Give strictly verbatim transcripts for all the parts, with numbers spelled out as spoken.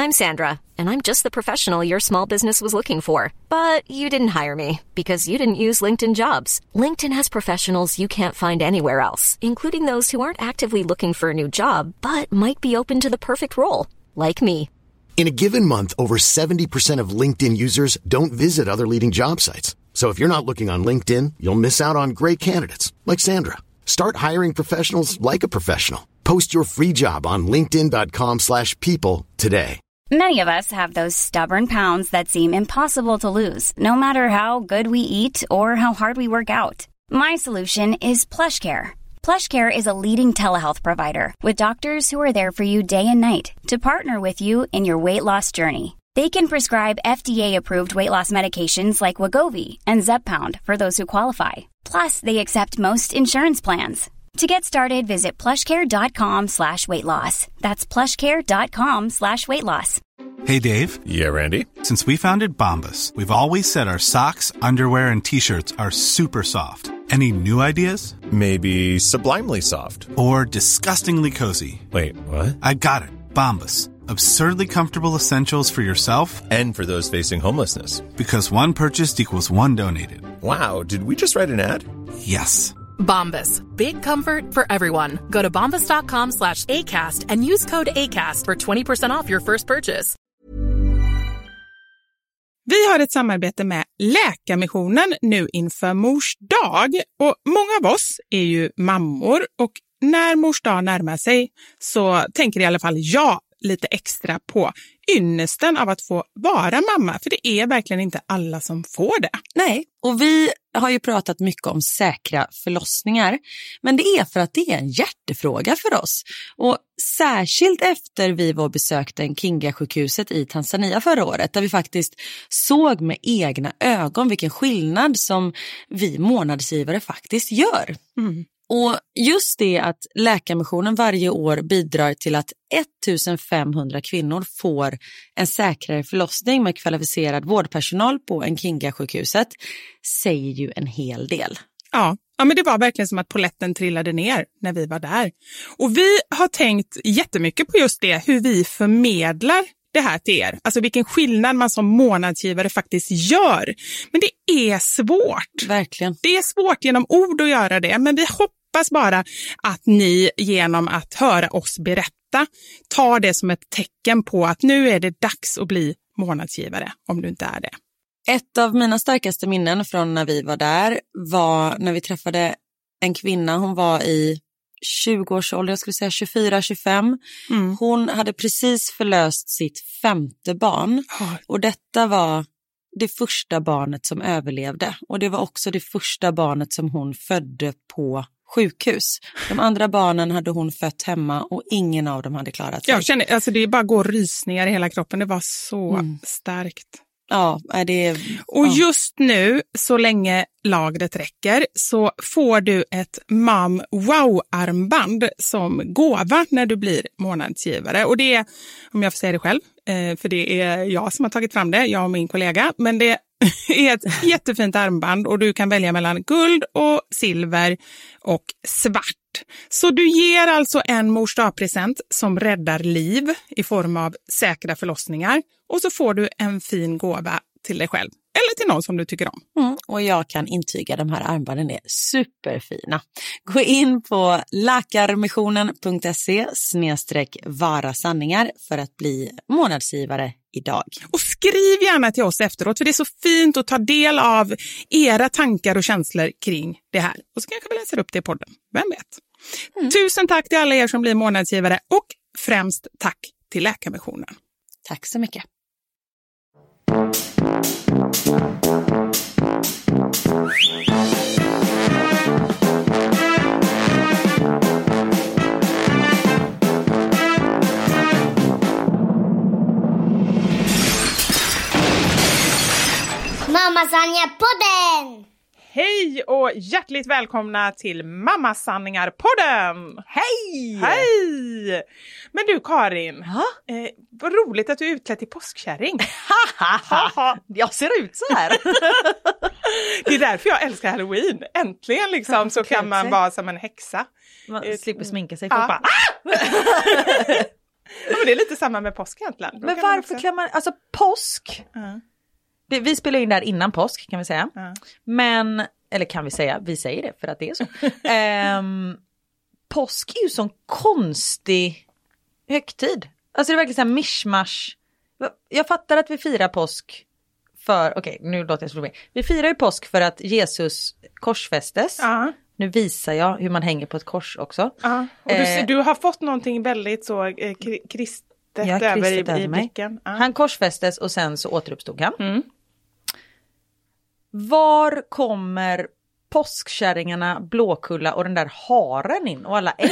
I'm Sandra, and I'm just the professional your small business was looking for. But you didn't hire me because you didn't use LinkedIn Jobs. LinkedIn has professionals you can't find anywhere else, including those who aren't actively looking for a new job, but might be open to the perfect role, like me. In a given month, over seventy percent of LinkedIn users don't visit other leading job sites. So if you're not looking on LinkedIn, you'll miss out on great candidates like Sandra. Start hiring professionals like a professional. Post your free job on linkedin dot com slash people today. Many of us have those stubborn pounds that seem impossible to lose, no matter how good we eat or how hard we work out. My solution is PlushCare. PlushCare is a leading telehealth provider with doctors who are there for you day and night to partner with you in your weight loss journey. They can prescribe F D A-approved weight loss medications like Wegovy and Zepbound for those who qualify. Plus, they accept most insurance plans. To get started, visit plushcare.com slash weight loss. That's plushcare.com slash weight loss. Hey, Dave. Yeah, Randy. Since we founded Bombas, we've always said our socks, underwear, and T-shirts are super soft. Any new ideas? Maybe sublimely soft. Or disgustingly cozy. Wait, what? I got it. Bombas. Absurdly comfortable essentials for yourself and for those facing homelessness. Because one purchased equals one donated. Wow, did we just write an ad? Yes. Bombas. Big comfort for everyone. Go to bombas.com slash ACAST and use code ACAST for twenty percent off your first purchase. Vi har ett samarbete med Läkarmissionen nu inför Mors dag. Och många av oss är ju mammor, och när Mors dag närmar sig så tänker i alla fall jag lite extra på ynnesten av att få vara mamma. För det är verkligen inte alla som får det. Nej, och vi har ju pratat mycket om säkra förlossningar. Men det är för att det är en hjärtefråga för oss. Och särskilt efter vi var besökte Nkinga-sjukhuset i Tanzania förra året. Där vi faktiskt såg med egna ögon vilken skillnad som vi månadsgivare faktiskt gör. Mm. Och just det att Läkarmissionen varje år bidrar till att femtonhundra kvinnor får en säkrare förlossning med kvalificerad vårdpersonal på Nkinga-sjukhuset säger ju en hel del. Ja, ja, men det var verkligen som att poletten trillade ner när vi var där. Och vi har tänkt jättemycket på just det, hur vi förmedlar det här till er. Alltså vilken skillnad man som månadsgivare faktiskt gör. Men det är svårt. Verkligen. Det är svårt genom ord att göra det. Men vi hoppas bara att ni genom att höra oss berätta tar det som ett tecken på att nu är det dags att bli månadsgivare, om du inte är det. Ett av mina starkaste minnen från när vi var där var när vi träffade en kvinna. Hon var i tjugo-årsåldern, jag skulle säga tjugofyra tjugofem. Mm. Hon hade precis förlöst sitt femte barn. Oh. Och detta var det första barnet som överlevde. Och det var också det första barnet som hon födde på sjukhus. De andra barnen hade hon fött hemma och ingen av dem hade klarat sig. Jag känner, alltså det bara går rysningar i hela kroppen. Det var så mm. starkt. Ja, det är... Och ja. just nu, så länge lagret räcker, så får du ett Mom Wow-armband som gåva när du blir månadsgivare. Och det är, om jag får säga det själv, för det är jag som har tagit fram det, jag och min kollega, men det är ett jättefint armband och du kan välja mellan guld och silver och svart. Så du ger alltså en mors dag-present som räddar liv i form av säkra förlossningar, och så får du en fin gåva till dig själv eller till någon som du tycker om. Mm, och jag kan intyga, de här armbanden är superfina. Gå in på läkarmissionen punkt se snedstreck vara sanningar för att bli månadsgivare idag. Och skriv gärna till oss efteråt, för det är så fint att ta del av era tankar och känslor kring det här. Och så kanske vi läser upp det i podden, vem vet. Mm. Tusen tack till alla er som blir månadsgivare, och främst tack till Läkarmissionen. Tack så mycket. Mammasanningar-podden! Hej och hjärtligt välkomna till Mammasanningar-podden! Hej! Hej! Men du Karin, ja? eh, vad roligt att du är utklädd till påskkärring. Jag ser ut så här. Det är därför jag älskar Halloween. Äntligen liksom så kan man vara som en häxa. Man slipper sminka sig. Ja. Bara, ah! Ja, men det är lite samma med påsk egentligen. Då men kan varför man också... klär man, alltså påsk, uh. det, vi spelar in där innan påsk kan vi säga. Uh. Men, eller kan vi säga, vi säger det för att det är så. um, påsk är ju sån konstig högtid. Alltså det är verkligen så här mishmash. Jag fattar att vi firar påsk för, okej okay, nu låter jag så roligt. Vi firar ju påsk för att Jesus korsfästes. Uh. Nu visar jag hur man hänger på ett kors också. Uh. Och du, eh, du har fått någonting väldigt så eh, kristet över i, över i blicken. Uh. Han korsfästes och sen så återuppstod han. Mm. Var kommer påskkärringarna, Blåkulla och den där haren in och alla ägg?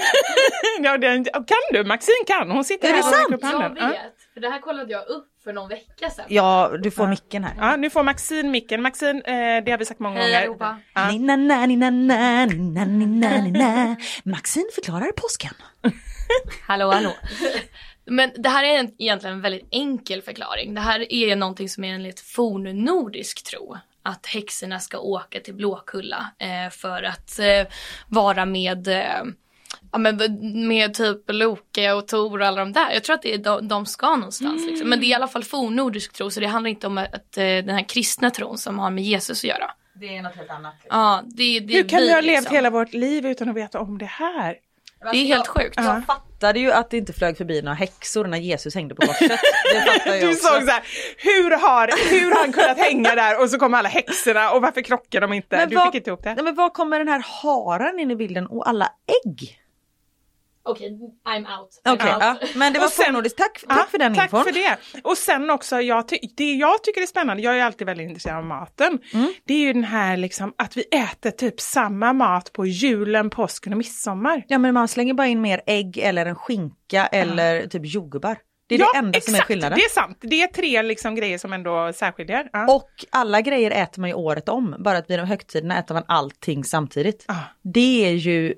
Ja, den, kan du? Maxine kan. Hon sitter är här det och sant? upp handen. Jag vet. Ja. För det här kollade jag upp för någon vecka sedan. Ja, du får ja. micken här. Ja, nu får Maxine micken. Maxine, eh, det har vi sagt många Hej, gånger. Europa. Ja. Nina, na, nina, na, nina, nina, nina. Maxine förklarar påsken. Hallå, hallå. Men det här är en, egentligen en väldigt enkel förklaring. Det här är någonting som är enligt fornnordisk tro. Att häxorna ska åka till Blåkulla eh, för att eh, vara med, eh, ja, med, med typ Loke och Tor och alla de där. Jag tror att det är de, de ska någonstans. Mm. Liksom. Men det är i alla fall fornnordisk tro, så det handlar inte om att, att den här kristna tron som har med Jesus att göra. Det är något helt annat. Liksom. Ja, det, det Hur kan vi, vi ha liksom. levt hela vårt liv utan att veta om det här? Det är helt sjukt. Jag, jag fattade ju att det inte flög förbi några häxor när Jesus hängde på korset. Det fattar jag du också. såg så här, hur har, hur har han kunnat hänga där och så kommer alla häxorna och varför krockar de inte? Men du var, fick inte ihop det. Nej, men var kommer den här haren in i bilden och alla ägg? Okej, okay, I'm out. I'm Okej, okay, out. ja. Men det var fornordiskt. Tack, tack ja, för den tack infon. Tack för det. Och sen också, jag ty- det jag tycker är spännande, jag är alltid väldigt intresserad av maten. Mm. Det är ju den här liksom, att vi äter typ samma mat på julen, påsken och midsommar. Ja, men man slänger bara in mer ägg eller en skinka eller typ jordgubbar. Det är ja, det enda exakt, som är skillnaden. Det är sant. Det är tre liksom grejer som ändå särskiljer. Ja. Och alla grejer äter man ju året om. Bara att vid de högtiderna äter man allting samtidigt. Ja. Det är ju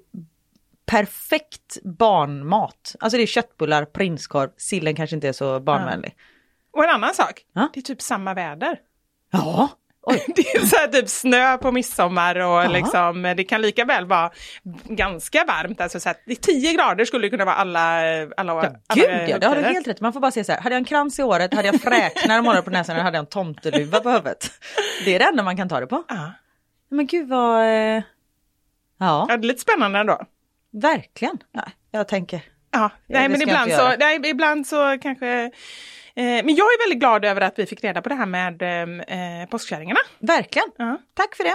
perfekt barnmat. Alltså det är köttbullar, prinskorv, sillen kanske inte är så barnvänlig. Ja. Och en annan sak, ja? Det är typ samma väder. Ja. Oj. Det är så här typ snö på midsommar och ja. Liksom, det kan lika väl vara ganska varmt. Alltså så här, det är tio grader skulle det kunna vara alla, alla, ja, alla gud, ja, det har du helt rätt. Man får bara säga så här, hade jag en krans i året, hade jag fräknar om året på näsan eller hade jag en tomteluva på huvudet. Det är det enda man kan ta det på. Ja. Men gud vad... Ja. Ja, det är lite spännande ändå. Verkligen. Nej, jag tänker. Ja, nej, men ibland så, nej, ibland så kanske... Eh, men jag är väldigt glad över att vi fick reda på det här med eh, påskkärringarna. Verkligen. Ja. Tack för det.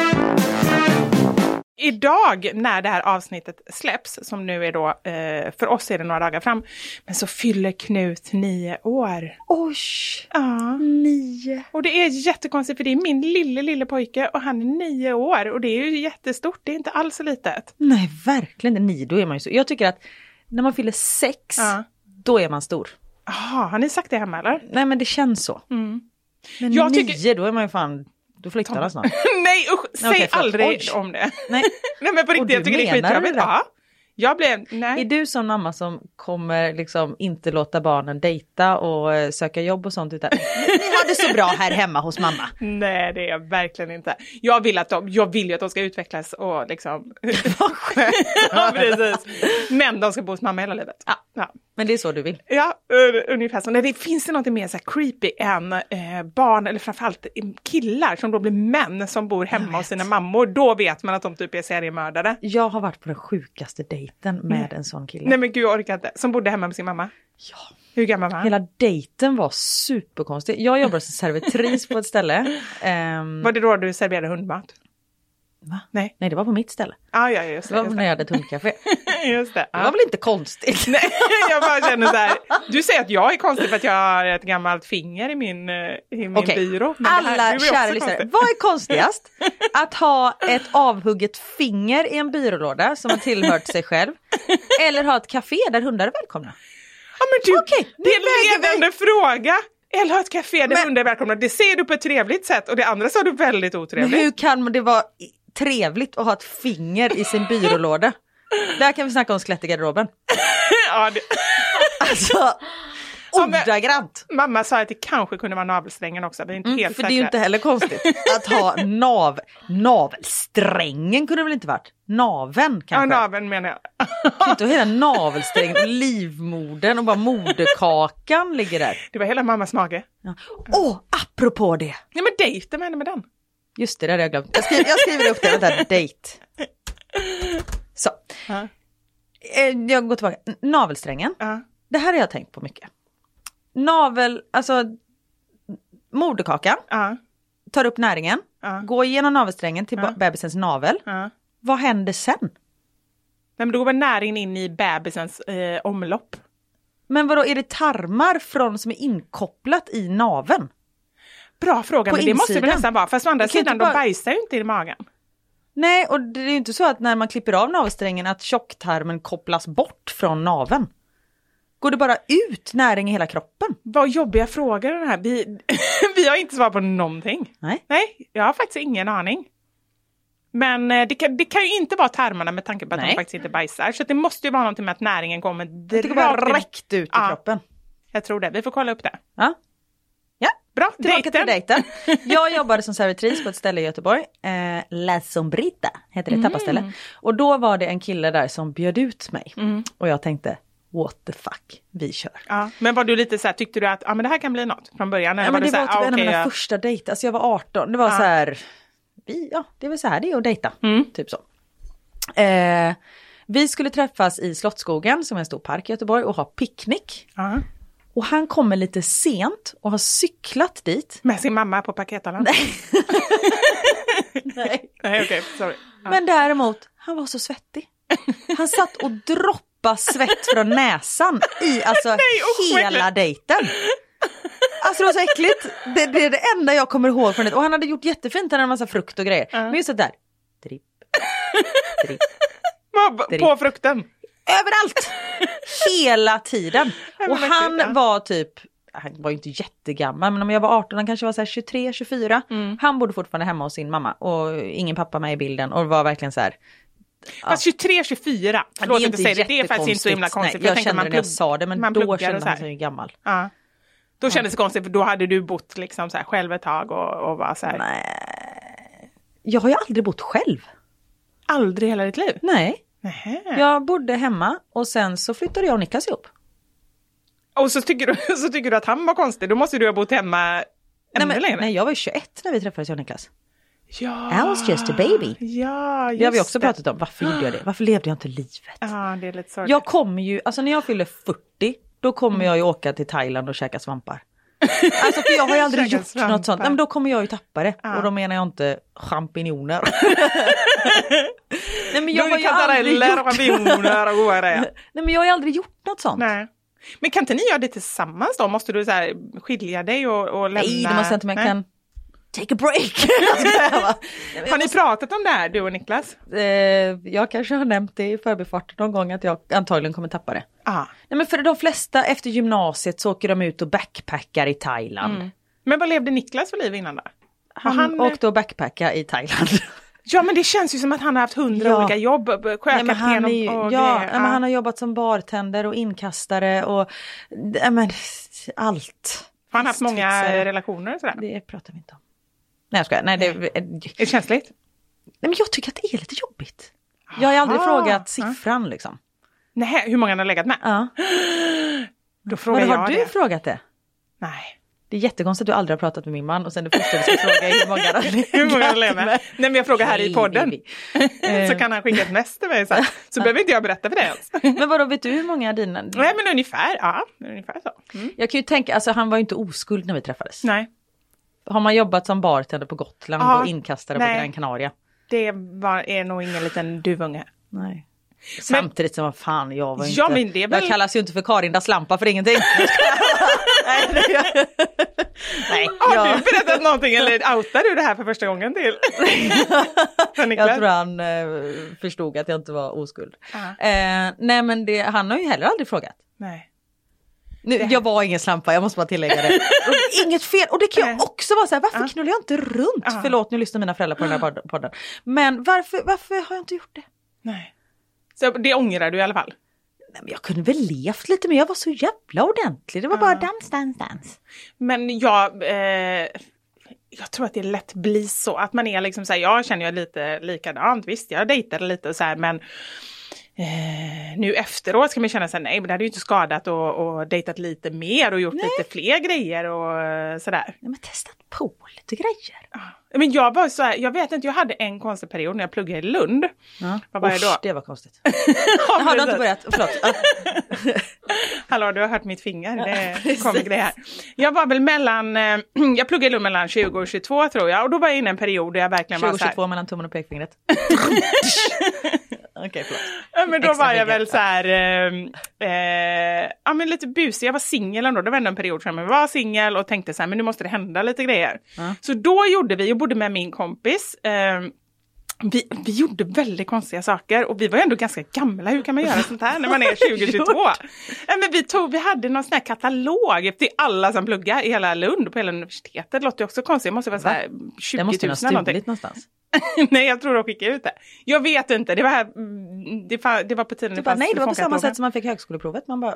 Idag när det här avsnittet släpps, som nu är då, eh, för oss är det några dagar fram, men så fyller Knut nio år. Oj, ja. nio. Och det är jättekonstigt för det är min lille, lille pojke och han är nio år och det är ju jättestort, det är inte alls så litet. Nej, verkligen, nio, då är man ju så. Jag tycker att när man fyller sex, ja. Då är man stor. Jaha, har ni sagt det hemma eller? Nej, men det känns så. Mm. Men jag nio, tycker... då är man ju fan... Du flyttar Tom. Snart. Nej, usch, säg okay, aldrig Oj. om det. Nej, nej men på riktigt, jag tycker det är skitjobbigt. Ja, jag blev, nej. Är du sån mamma som kommer liksom inte låta barnen dejta och uh, söka jobb och sånt utan ni har det så bra här hemma hos mamma? Nej, det är jag verkligen inte. Jag vill att de, jag vill ju att de ska utvecklas och liksom... ja, precis. Men de ska bo hos mamma hela livet. Ja. Ja. Men det är så du vill? Ja, ungefär så. Nej, det finns det något mer så här creepy än eh, barn, eller framförallt killar som då blir män som bor hemma hos sina mammor. Då vet man att de typ är seriemördare. Jag har varit på den sjukaste dejten med mm. en sån kille. Nej men gud, jag orkar inte. Som bodde hemma med sin mamma. Ja. Hur gammal var han? Hela dejten var superkonstig. Jag jobbade som servitris på ett ställe. Um... Var det då du serverade hundmat? Va? Nej. Nej, det var på mitt ställe. Ah, ja, just det. Det var just när jag hade ett hundcafé. Just det. Det var väl inte konstigt? Nej, jag bara känner så här. Du säger att jag är konstig för att jag har ett gammalt finger i min, i min okay. byrå. Men alla här, kära lyssnare, vad är konstigast? Att ha ett avhugget finger i en byrålåda som har tillhört sig själv? Eller ha ett café där hundar är välkomna? Ja, men du, okay, det är en ledande fråga. Eller ha ett café där men, hundar är välkomna. Det ser du på ett trevligt sätt och det andra sa du väldigt otrevligt. Men hur kan det vara trevligt att ha ett finger i sin byrålåda? Där kan vi snacka om skelett i garderoben. Ja, det... Alltså, Ordagrant. Ja, mamma sa att det kanske kunde vara navelsträngen också. Det är inte Mm, helt för det är ju inte heller konstigt att ha nav, navelsträngen kunde väl inte varit. Naven kanske. Ja, naveln menar jag. Kan inte hela navelsträngen och livmodern och bara moderkakan ligger där. Det var hela mammas mage. Åh, ja. oh, apropå det. Ja, men dejten, vad hände med den? Just det, det hade jag glömt. Jag skriver, jag skriver upp det, vänta, dejt. Så. Uh. Jag går tillbaka. Navelsträngen. Uh. Det här har jag tänkt på mycket. Navel, alltså moderkakan. Uh. Tar upp näringen. Uh. Går igenom navelsträngen till uh. bebisens navel. Uh. Vad händer sen? Nej, men då går väl näringen in i bebisens eh, omlopp. Men vadå, är det tarmar från som är inkopplat i naveln? Bra fråga, på men det insidan. måste väl nästan vara. Fast å andra sidan, bara... de bajsar ju inte i magen. Nej, och det är ju inte så att när man klipper av navelsträngen att tjocktarmen kopplas bort från naveln. Går det bara ut näring i hela kroppen? Vad jobbiga frågor den här. Vi, vi har inte svar på någonting. Nej. Nej, jag har faktiskt ingen aning. Men det kan, det kan ju inte vara tarmarna med tanke på att Nej. de faktiskt inte bajsar. Så det måste ju vara någonting med att näringen kommer direkt bara räckt ut i ja, kroppen. Jag tror det. Vi får kolla upp det. Ja. Ja. Bra, tillbaka till dejten. Jag jobbade som servitris på ett ställe i Göteborg. Eh, La Sombrita heter det, mm. tappaställe. Och då var det en kille där som bjöd ut mig. Mm. Och jag tänkte, what the fuck, vi kör. Ja, men var du lite så här, tyckte du att ah, men det här kan bli något från början? Eller ja, men var det du var så här, typ ah, en av okay, mina jag... första dejter. Alltså jag var arton, det var ja. så här... Vi, ja, det är väl så här det är att dejta. Mm. Typ så. Eh, vi skulle träffas i Slottsskogen som är en stor park i Göteborg och ha picknick. Uh-huh. Och han kommer lite sent och har cyklat dit. Med sin mamma på paketalan? Nej. Nej. Nej, okej, sorry. Uh. Men däremot, han var så svettig. Han satt och droppade svett från näsan i alltså Nej, hela dejten. Alltså det var så äckligt. Det, det är det enda jag kommer ihåg från det. Och han hade gjort jättefint, han hade en massa frukt och grejer. Uh. Men just det där. Dripp, dripp, dripp. På frukten? Överallt. Hela tiden. Och han var typ, han var ju inte jättegammal, men om jag var arton, han kanske var så här tjugotre, tjugofyra. Mm. Han bodde fortfarande hemma hos sin mamma. Och ingen pappa med i bilden. Och det var verkligen så här. Ja. Fast tjugotre, tjugofyra. Förlåt, ja, det, är inte det. det är faktiskt inte så himla konstigt. Nej, jag, jag kände man det när jag sa det, men då kände han sig gammal. Ja. Då kändes det konstigt, för då hade du bott liksom så här själv ett tag och, och var så här. Nej. Jag har ju aldrig bott själv. Aldrig hela ditt liv? Nej. Nähä. Jag bodde hemma och sen så flyttade jag och Niklas ihop. Och så tycker du, så tycker du att han var konstig. Då måste du ha bott hemma ännu nej, men, längre. Nej, jag var ju tjugoett när vi träffades, jag och Niklas. Ja. I was just a baby. Ja, just det har vi också det. pratat om. Varför gjorde jag det? Varför levde jag inte livet? Ja, det är lite sorgligt. Jag kommer ju, alltså när jag fyller fyrtio, då kommer mm. jag ju åka till Thailand och käka svampar. Alltså för jag har ju aldrig gjort svampar. Något sånt. Nej, men då kommer jag ju tappa det. Ja. Och då menar jag inte champinjoner. Nej, men jag har ju aldrig gjort... Nej, men jag har ju aldrig gjort något sånt. Nej. Men kan inte ni göra det tillsammans då? Måste du så här skilja dig och, och lämna? Nej, det måste jag inte, men jag kan take a break. Har ni pratat om det här, du och Niklas? Eh, jag kanske har nämnt det i förbifarten någon gång att jag antagligen kommer tappa det. Ah. Nej, men för de flesta efter gymnasiet så åker de ut och backpackar i Thailand. Mm. Men vad levde Niklas för liv innan då? Han, han åkte och backpacka i Thailand. Ja, men det känns ju som att han har haft hundra ja. olika jobb. Nej, men han, är ju, och ja, nej, men han har jobbat som bartender och inkastare och nej, men, allt. Har han haft många relationer och sådär? Det pratar vi inte om. Nej, jag skojar. Nej, det är, är det känsligt? Nej, men jag tycker att det är lite jobbigt. Jag har aldrig Aha. frågat siffran ja. liksom. Nej, hur många han har legat med? Ja. Då frågar jag har du det. frågat det? Nej. Det är jättekonstigt att du aldrig har pratat med min man och sen det första du ska fråga är hur många han har legat hur många han legat med. Nej, men jag frågar här i podden. Så kan han skicka ett mess till mig så, så behöver inte jag berätta för det ens. Men vadå, vet du hur många dina? Nej, men ungefär, ja, ungefär så. Mm. Jag kan ju tänka, alltså han var ju inte oskuld när vi träffades. Nej. Har man jobbat som bartender på Gotland ja, och inkastare nej. på Gran Canaria? Det var, är nog ingen liten duvunge. Nej. Samtidigt som, vad fan, jag var ja, inte... Men det är väl... Jag kallas ju inte för Karindas lampa för ingenting. Nej, det gör... Nej, har jag... du berättat någonting eller outar du det här för första gången till? Jag tror han eh, förstod att jag inte var oskuld. Uh-huh. Eh, nej, men det, han har ju heller aldrig frågat. Nej. Nu, jag var ingen slampa, jag måste bara tillägga det. Inget fel, och det kan jag också vara så här, varför uh. knullar jag inte runt? Uh. Förlåt, nu lyssnar mina föräldrar på den här podden. Men varför, varför har jag inte gjort det? Nej. Så det ångrar du i alla fall? Men jag kunde väl levt lite mer, jag var så jävla ordentlig. Det var bara dans, dans, dans. Men jag, eh, jag tror att det är lätt bli så. Att man är liksom så här, jag känner ju lite likadant. Visst, jag dejtade lite och så här, men eh, nu efteråt ska man känna sig nej, men det hade ju inte skadat och, och dejtat lite mer och gjort nej. lite fler grejer och sådär. Ja, men testat på lite grejer. Ja. Men jag var så här, jag vet inte, jag hade en konstig period när jag pluggade i Lund. Ja. Vad var det då? Det var konstigt. ja, har du inte börjat? Förlåt. Hallå, du har hört mitt finger. Det ja, kommer grejer här. Jag var väl mellan, eh, jag pluggade i Lund mellan tjugo och tjugotvå tror jag. Och då var jag inne i en period där jag verkligen tjugo var så här. tjugotvå mellan tummen och pekfingret. Okej, okay, förlåt. Ja, men då Extra var jag finger. väl så här, eh, eh, ja men lite busig. Jag var singel ändå. Det var ändå en period som jag var singel och tänkte så här, men nu måste det hända lite grejer. Mm. Så då gjorde vi, jag bodde med min kompis, eh, vi, vi gjorde väldigt konstiga saker och vi var ju ändå ganska gamla. Hur kan man göra sånt här när man är tjugo tjugotvå? Ja, men vi, tog, vi hade någon sån här katalog till alla som pluggar i hela Lund på hela universitetet. Det låter ju också konstigt. Det måste vara så här tjugo tusen. Det måste vara stulit någonstans. Nej, jag tror de skickade ut det. Jag vet inte, det var, här, det, var, det var på tiden. Det bara, nej, det var på samma sätt som man fick högskoleprovet. Man bara...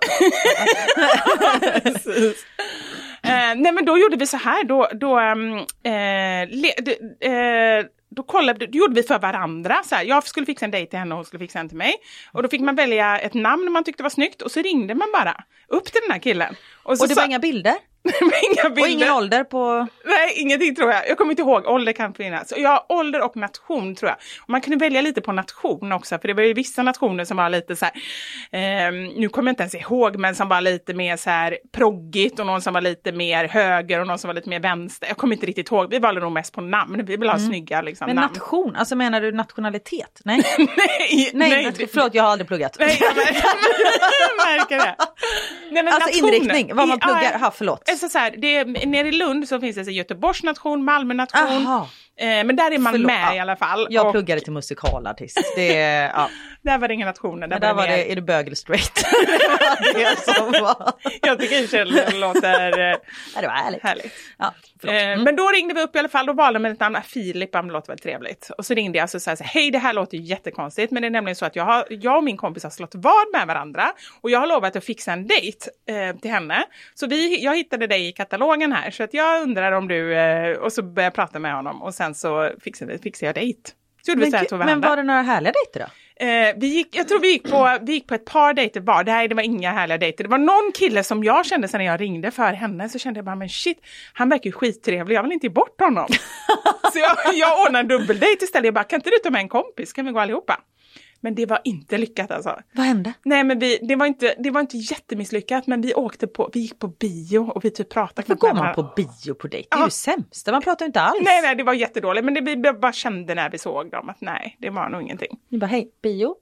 Precis. Eh, nej, men då gjorde vi så här. Då, då, eh, le, eh, då, kollade, då gjorde vi för varandra. Så här, jag skulle fixa en dejt till henne och hon skulle fixa en till mig. Och då fick man välja ett namn man tyckte var snyggt. Och så ringde man bara upp till den här killen. Och, så och det var sa, inga bilder? inga bilder. Och ingen ålder på... Nej, ingenting tror jag. Jag kommer inte ihåg. Ålder kan finnas. Så jag ålder och nation tror jag. Och man kunde välja lite på nation också. För det var ju vissa nationer som var lite så här... Eh, nu kommer jag inte ens ihåg. Men som var lite mer så här proggigt. Och någon som var lite mer höger. Och någon som var lite mer vänster. Jag kommer inte riktigt ihåg. Vi valde nog mest på namn. Vi vill ha mm. snygga liksom, men namn. nation? Alltså menar du nationalitet? Nej. nej, nej, nej nat- förlåt, jag har aldrig pluggat. Nej, jag märker det. Nej, men alltså nationen, inriktning, vad man pluggar. Aha, förlåt. Alltså så här, det är, nere i Lund så finns det så Göteborgs nation, Malmö nation. Eh, men där är man förlåt. med i alla fall. Jag och... pluggade till musikalartist. Det är, ja. Där var det inga nationer. Där, men där var det, var det är du bög eller straight? det är som var. Jag tycker i och för sig det låter ja, det var härligt. härligt. Ja, mm. eh, men då ringde vi upp i alla fall. Då valde man ett namn. Filip, det låter väl trevligt. Och så ringde jag och sa så här, hej det här låter ju jättekonstigt. Men det är nämligen så att jag, har, jag och min kompis har slått vad med varandra. Och jag har lovat att fixa en dejt eh, till henne. Så vi, jag hittade dig i katalogen här. Så att jag undrar om du... Eh, och så började jag prata med honom. Och sen så fixade, fixade jag dejt. Så men, vi så men var det några härliga dejter då? Eh, vi gick, jag tror vi gick, på, vi gick på ett par dejter var. Nej, det var inga härliga dejter. Det var någon kille som jag kände sen när jag ringde för henne. Så kände jag bara, men shit, han verkar ju skittrevlig. Jag vill inte ge bort honom. Så jag, jag ordnade en dubbeldejt istället. Jag bara, kan inte du ta med en kompis? Kan vi gå allihopa? Men det var inte lyckat alltså. Vad hände? Nej, men vi, det, var inte, det var inte jättemisslyckat. Men vi åkte på, vi gick på bio och vi typ pratade. Varför går man på bio på dejt? Det är ja. ju sämst. Man pratar inte alls. Nej, nej, det var jättedåligt. Men det, vi bara kände när vi såg dem att nej, det var nog ingenting. Ni bara, hej, bio?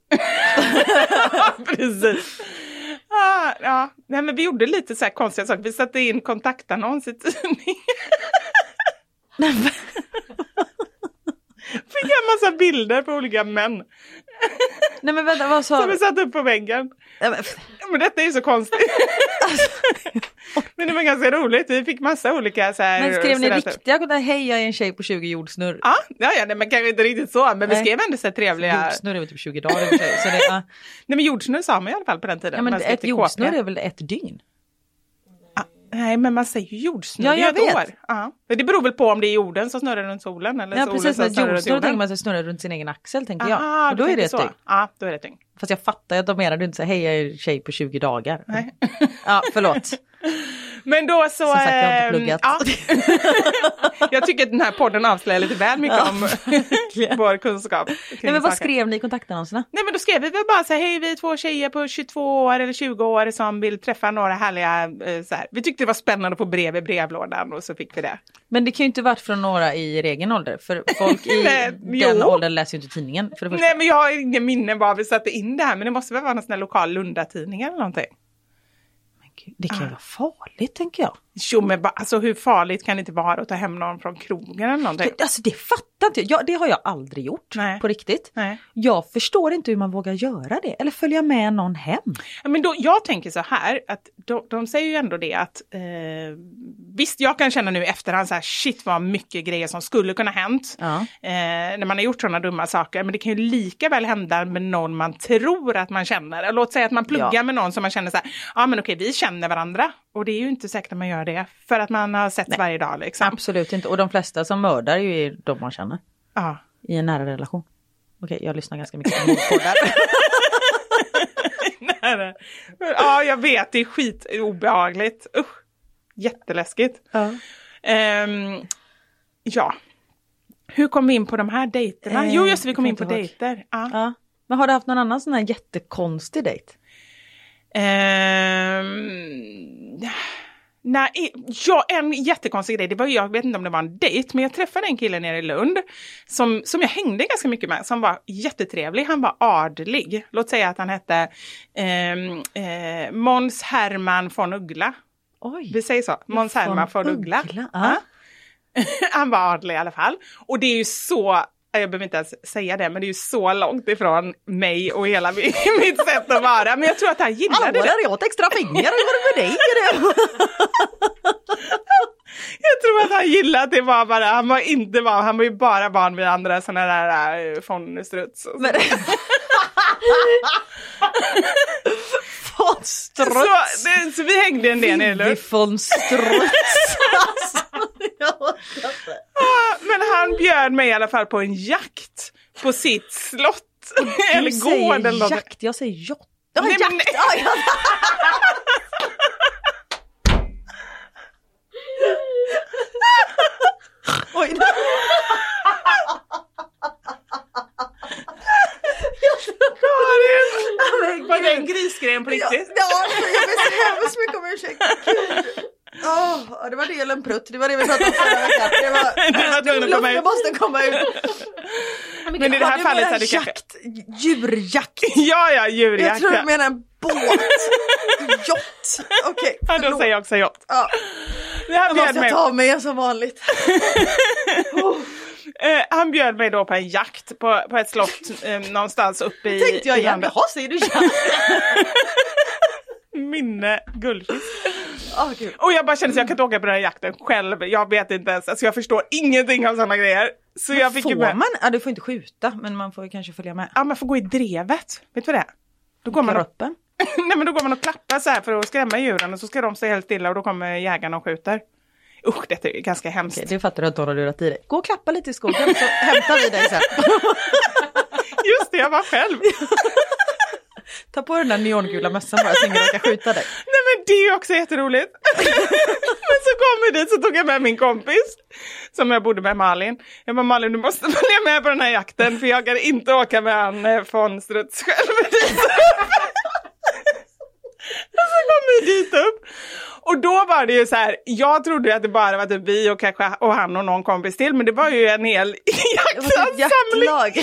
Precis. Ah, ja, nej, men vi gjorde lite så här konstiga saker. Vi satte in kontaktannons i tidningen. Fick en massa bilder på olika män. Nej men vänta, vad sa som vi satte upp på väggen. Ja, men... men detta är ju så konstigt. Men det var ganska roligt. Vi fick massa olika så här. Men skrev ni riktiga? Hej, jag är en tjej på tjugo jordsnurr. Ja, ja, ja nej, men kanske inte riktigt så. Men vi skrev ändå så här trevliga. Jordsnurr är väl typ tjugo dagar. Så det, ja. Nej men jordsnurr sa man i alla fall på den tiden. Ja men ett jordsnurr är väl ett dygn? Nej, men man säger ju jordsnurr. Ja, jag det är ett vet. År. Ja. Det beror väl på om det är jorden som snurrar runt solen. Eller ja, solen precis. Men jordsnurr tänker man att det snurrar runt sin egen axel, tänker Aha, jag. Och då är det ett dygn. Ja, då är det ett dygn. Fast jag fattar att de menar inte så hej, jag är tjej på tjugo dagar. Nej. Ja, förlåt. Men då så... Som sagt, jag har inte pluggat. Ja. Jag tycker att den här podden avslöjar lite väl mycket ja, om vår kunskap. Nej, men vad skrev ni i kontaktannonserna? Nej, men då skrev vi väl bara så här, hej, vi är två tjejer på tjugotvå år eller tjugo år som vill träffa några härliga, så här. Vi tyckte det var spännande att få brev i brevlådan och så fick vi det. Men det kan ju inte varit från några i er egen ålder, för folk i Nej, den åldern läser ju inte tidningen. För det första. Nej, men jag har ingen minne var vi satte in det här, men det måste väl vara någon sån här lokal Lunda-tidning eller någonting. Det kan ju vara farligt, tänker jag. Jo, men ba, alltså, hur farligt kan det inte vara att ta hem någon från krogen eller någonting? Alltså det fattar inte jag. Det har jag aldrig gjort. Nej. På riktigt. Nej. Jag förstår inte hur man vågar göra det. Eller följa med någon hem. Ja, men då, jag tänker så här. Att de, de säger ju ändå det att... Eh, visst, jag kan känna nu i efterhand så här, shit vad mycket grejer som skulle kunna hänt. Ja. Eh, när man har gjort sådana dumma saker. Men det kan ju lika väl hända med någon man tror att man känner. Låt säga att man pluggar ja. med någon som man känner så här. Ja, men okej, vi känner varandra. Och det är ju inte säkert att man gör det. För att man har sett Nej. varje dag liksom. Absolut inte. Och de flesta som mördar är ju de man känner. Ja. I en nära relation. Okej, jag lyssnar ganska mycket på mordpoddar. Nej, ja, jag vet. Det är skit obehagligt. Usch. Jätteläskigt. Ja. Um, ja. Hur kom vi in på de här dejterna? Eh, jo, just vi kom in på dejter. Ja. Ja. Men har du haft någon annan sån här jättekonstig dejt? Um, nej, ja, en jättekonstig grej. Det var, jag vet inte om det var en dejt, men jag träffade en kille nere i Lund som, som jag hängde ganska mycket med, som var jättetrevlig. Han var adlig. Låt säga att han hette um, uh, Måns Herman von Uggla. Oj. Vi säger så. Måns Herman von Uggla. Uggla. Ja. Han var adlig i alla fall. Och det är ju så... Jag behöver inte ens säga det, men det är ju så långt ifrån mig och hela mitt sätt att vara. Men jag tror att han gillade Hallå, det. Hallå, jag åt extra fingrar. Hur var det med dig? Jag tror att han gillade det. Var bara, han var inte van, han var ju bara van vid andra sådana där äh, fonstruts. Men... fonstruts? Så, det, så vi hängde en del nere. Vivi fonstruts. Ja, men han bjöd mig i alla fall på en jakt på sitt slott. Eller gård eller något. Jakt, jag säger jott. Ja, nej, jakt. Men, ja, ja. Oj. Var det en grisgren på riktigt? Ja, ja, jag vet så hemskt mycket om ursäkt. Oh, det var det eller en prutt. Det var det vi pratade om förra veckan. Det var, det var det måste komma ut. Men, men i det här fallet hade jakt, kanske... djurjakt. Ja, ja, djurjakt. Jag tror du menar en båt. Jott. Okej, okay, ja, då säger jag också jott. Ja. Jag måste mig... ta mig som vanligt. oh. Uh, han bjöd mig då på en jakt på, på ett slott uh, någonstans uppe i... Tänkte jag igen, jaha, säger du jakt? Minne guldfisk. Oh, och jag bara kände att jag kan inte åka på den här jakten själv. Jag vet inte ens, alltså jag förstår ingenting av sådana grejer. Så jag fick får ju med... man? Ja, du får inte skjuta, men man får kanske följa med. Ja, man får gå i drevet. Vet du vad det är? Då går man och... Nej, men då går man och klappar så här för att skrämma djuren. Och så ska de stå helt stilla och då kommer jägarna och skjuter. Usch, det är ganska hemskt. Okej, det fattar du att de har lurat i dig. Gå och klappa lite i skogen så hämtar vi dig sen. Just det, jag var själv. Ta på den där neongula mössan bara så ingen kan skjuta dig. Nej, men det är också jätteroligt. Men så kom vi dit så tog jag med min kompis som jag bodde med, Malin. Jag bara, Malin, du måste följa med på den här jakten för jag kan inte åka med han från Struts själv. Och så kom vi dit upp. Och då var det ju så här, jag trodde att det bara var typ vi och kanske och han och någon kompis till, men det var ju en hel jaktansamling.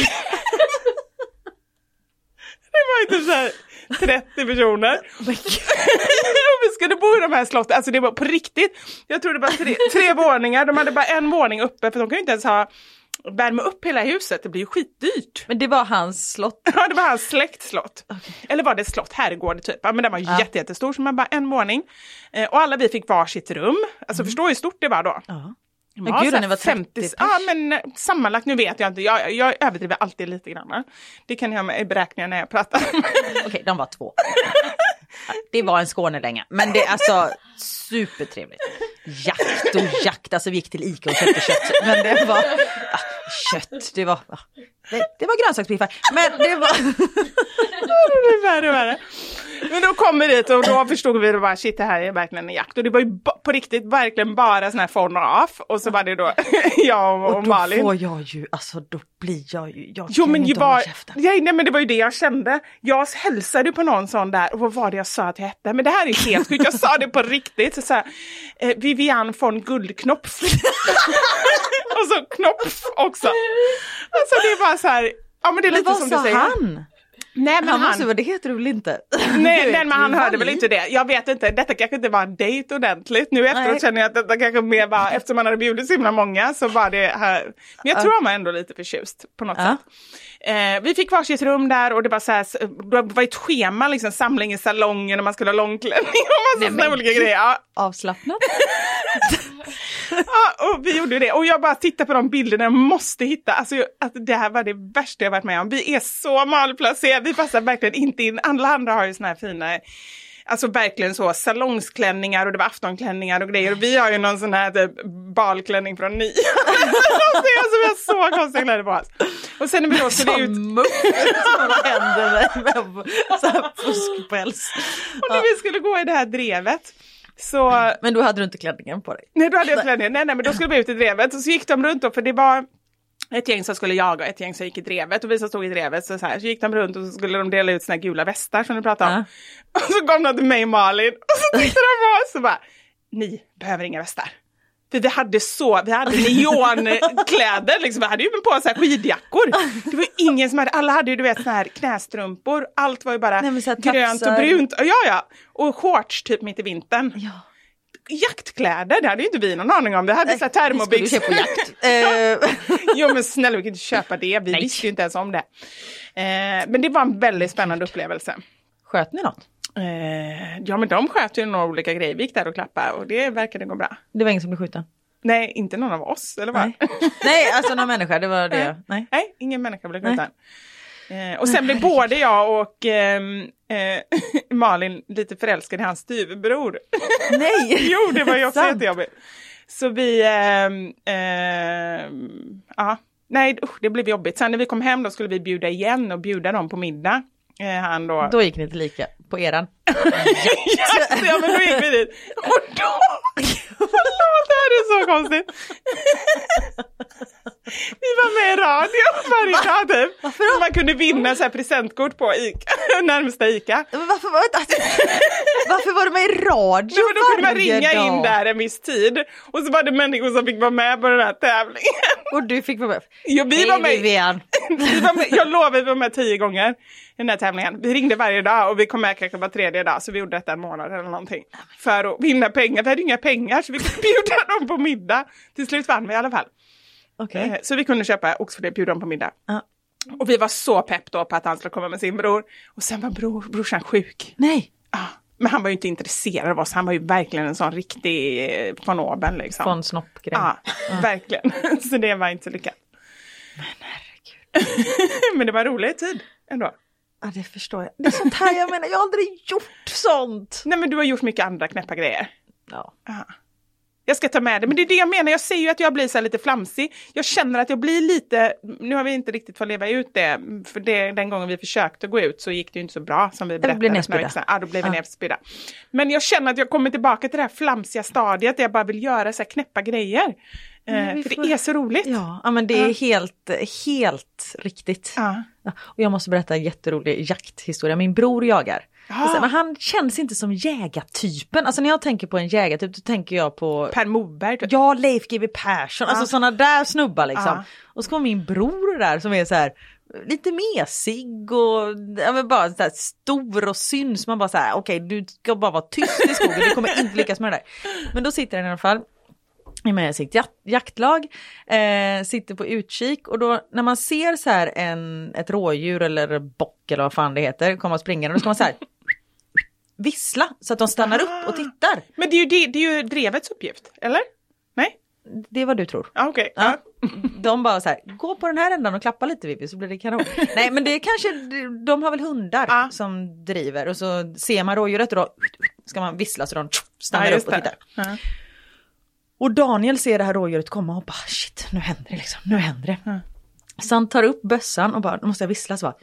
Det var ju typ så här trettio personer. Oh och vi skulle bo i de här slotten. Alltså det var på riktigt. Jag tror det var tre, tre våningar. De hade bara en våning uppe för de kan ju inte ens ha värma upp hela huset. Det blir ju skitdyrt. Men det var hans slott? Ja, det var hans släktslott. Okay. Eller var det ett slott, herrgård typ. Ja, men den var ja. jätte, jättestor, så man bara en våning. Eh, och alla vi fick varsitt rum. Alltså mm. förstår hur stort det var då. Ja. Men ja, gud, det var femtio. Ja, men sammanlagt, nu vet jag inte. Jag, jag överdriver alltid lite grann. Det kan jag ha med i beräkningar när jag pratar. Okej, okay, de var två. Det var en Skånelänga. Men det är alltså supertrevligt. Jakt och jakt. Alltså vi gick till Ica och köpte kött. Men det var ja, kött. Det var, ja, det, det var grönsaksbiffar. Men det var... det är värre och värre. Men då kommer vi dit och då förstod vi bara, shit, det här är verkligen en jakt. Och det var ju på riktigt verkligen bara sån här från och av. Och så var det då jag och, och då Malin. Och då får jag ju, alltså då blir jag ju, jag jo, kan men inte var, hålla käften. Nej, nej, men det var ju det jag kände. Jag hälsade på någon sån där, och vad var det jag sa att jag hette? Men det här är helt sjukt, jag sa det på riktigt. Så så här, eh, Vivian von Guldknopf. Och så Knopf också. Alltså det är bara så här, ja men det är men lite som du säger. Han? Nej, men han han... måste vara det heter du väl inte? Nej, nej, men han hörde väl inte det. Jag vet inte, detta kanske inte var en dejt ordentligt. Nu efteråt nej. Känner jag att detta kanske mer var, eftersom man hade bjudit så himla många så var det här. Men jag tror han var ändå lite förtjust på något uh. sätt. Eh, vi fick varsitt rum där och det var så här, det var ett schema liksom, samling i salongen och man skulle ha långklänning och massa sådana olika grejer. Ja. Avslappnat. Ja, och vi gjorde det. Och jag bara tittar på de bilderna jag måste hitta. Alltså, att det här var det värsta jag varit med om. Vi är så malplacerade. Vi passar verkligen inte in. Alla andra har ju såna här fina, alltså verkligen så salongsklänningar och det var aftonklänningar och grejer. Och vi har ju någon sån här typ, balklänning från Nia. Alltså, vi har så konstiga kläder på oss. Och sen när vi då skulle ut... Vad händer med så här fuskpäls. Och när vi skulle gå i det här drevet. Så... Men då hade du inte klänningen på dig? Nej, då hade jag klänningen. Nej, nej, men då skulle vi ut i drevet. Och så gick de runt då, för det var ett gäng som skulle jaga och ett gäng som gick i drevet. Och vi som stod i drevet så, så, här, så gick de runt och så skulle de dela ut såna här gula västar som du pratade om. Ja. Och så kom de till mig och Malin. Och så tittade de på oss och bara, ni behöver inga västar. För vi hade så, vi hade neonkläder liksom, vi hade ju på så här skidjackor. Det var ingen som hade, alla hade ju du vet så här knästrumpor, allt var ju bara nej, grönt och brunt. Ja ja, och shorts typ mitt i vintern. Ja. Jaktkläder, det hade ju inte vi någon aning om. Vi hade så här termobyx. Skulle på jakt. Jo men snälla, vi kunde inte köpa det. Vi nej. Visste ju inte ens om det. Eh, men det var en väldigt spännande upplevelse. Sköt ni något? Eh, ja men de sköt ju några olika grejer. Vi gick där och klappade och det verkade gå bra. Det var ingen som blev skjuten? Nej, inte någon av oss, eller vad? Nej, Nej alltså någon människa, det var det. Nej, Nej. Nej ingen människa blev skjuten. Eh, och sen blev både jag och eh, eh, Malin lite förälskade i hans styvbror. Nej! Jo, det var ju också jättejobbigt. Så vi, eh, eh, ja, nej usch, det blev jobbigt. Sen när vi kom hem då skulle vi bjuda igen och bjuda dem på middag. Eh, han då... då gick ni inte lika på eran. Yes, ja, men då gick vi dit. Och då... Förlåt, det här är så konstigt. Vi var med i radio varje dag typ. Varför då? Man kunde vinna så här presentkort på Ica, närmsta Ica. Men varför, var det, varför var du med i radio? Nej, då kunde man ringa dag. In där en viss tid. Och så var det människor som fick vara med på den här tävlingen. Och du fick vara med? Ja, vi Hej, var med. vi var med. Jag lovar, vi var med tio gånger i den här tävlingen. Vi ringde varje dag och vi kom med kanske var tredje dag. Så vi gjorde detta en månad eller någonting. För att vinna pengar. Vi hade inga pengar så vi kunde bjuda dem på middag. Till slut vann vi i alla fall. Okay. Så vi kunde köpa oxfilé och bjuda dem på middag. Uh. Och vi var så pepp då på att han skulle komma med sin bror. Och sen var bror, brorsan sjuk. Nej. Ja, men han var ju inte intresserad av oss. Han var ju verkligen en sån riktig von oben liksom. Von snoppgrej. Ja, uh. verkligen. Så det var inte så lyckat. Men herregud. Men det var en rolig tid ändå. Ja, det förstår jag. Det är sånt här jag menar. Jag har aldrig gjort sånt. Nej, men du har gjort mycket andra knäppa grejer. Ja. Ja. Jag ska ta med det. Men det är det jag menar. Jag säger ju att jag blir så här lite flamsig. Jag känner att jag blir lite... Nu har vi inte riktigt fått leva ut det. För det, den gången vi försökte gå ut så gick det ju inte så bra som vi berättade. Det blev nedspydda. Ja, då blev vi ja. nedspydda. Men jag känner att jag kommer tillbaka till det här flamsiga stadiet där jag bara vill göra så här knäppa grejer. Eh, för får... det är så roligt. Ja, ja men det är ja. helt, helt riktigt. Ja. Ja. Och jag måste berätta en jätterolig jakthistoria. Min bror jagar. Ja. Men han känns inte som jägartypen. Alltså när jag tänker på en jägartyp då tänker jag på... Per Moberg. Typ. Ja, Leif G W Persson. Ja. Alltså sådana där snubbar liksom. Ja. Och så kommer min bror där som är så här... lite mesig och ja, men bara så här stor och syns. Man bara så här, okej, okay, du ska bara vara tyst i skogen. Du kommer inte lyckas med det där. Men då sitter han i alla fall med sitt jaktlag, eh, sitter på utkik och då när man ser så här en, ett rådjur eller bock eller vad fan det heter komma springande, då ska man så här vissla så att de stannar upp och tittar. Men det är ju, det, det är ju drevets uppgift, eller? Nej? Det är vad du tror. Ah, okay. Ja. De bara så här, gå på den här ändan och klappa lite Vivi så blir det kanon. Nej men det är kanske, de har väl hundar ah. som driver och så ser man rådjuret och då ska man vissla så de stannar ah, upp och tittar. Ah. Och Daniel ser det här rådjuret komma och bara shit, nu händer det liksom, nu händer det. Mm. Så han tar upp bössan och bara, nu måste jag vissla så bara.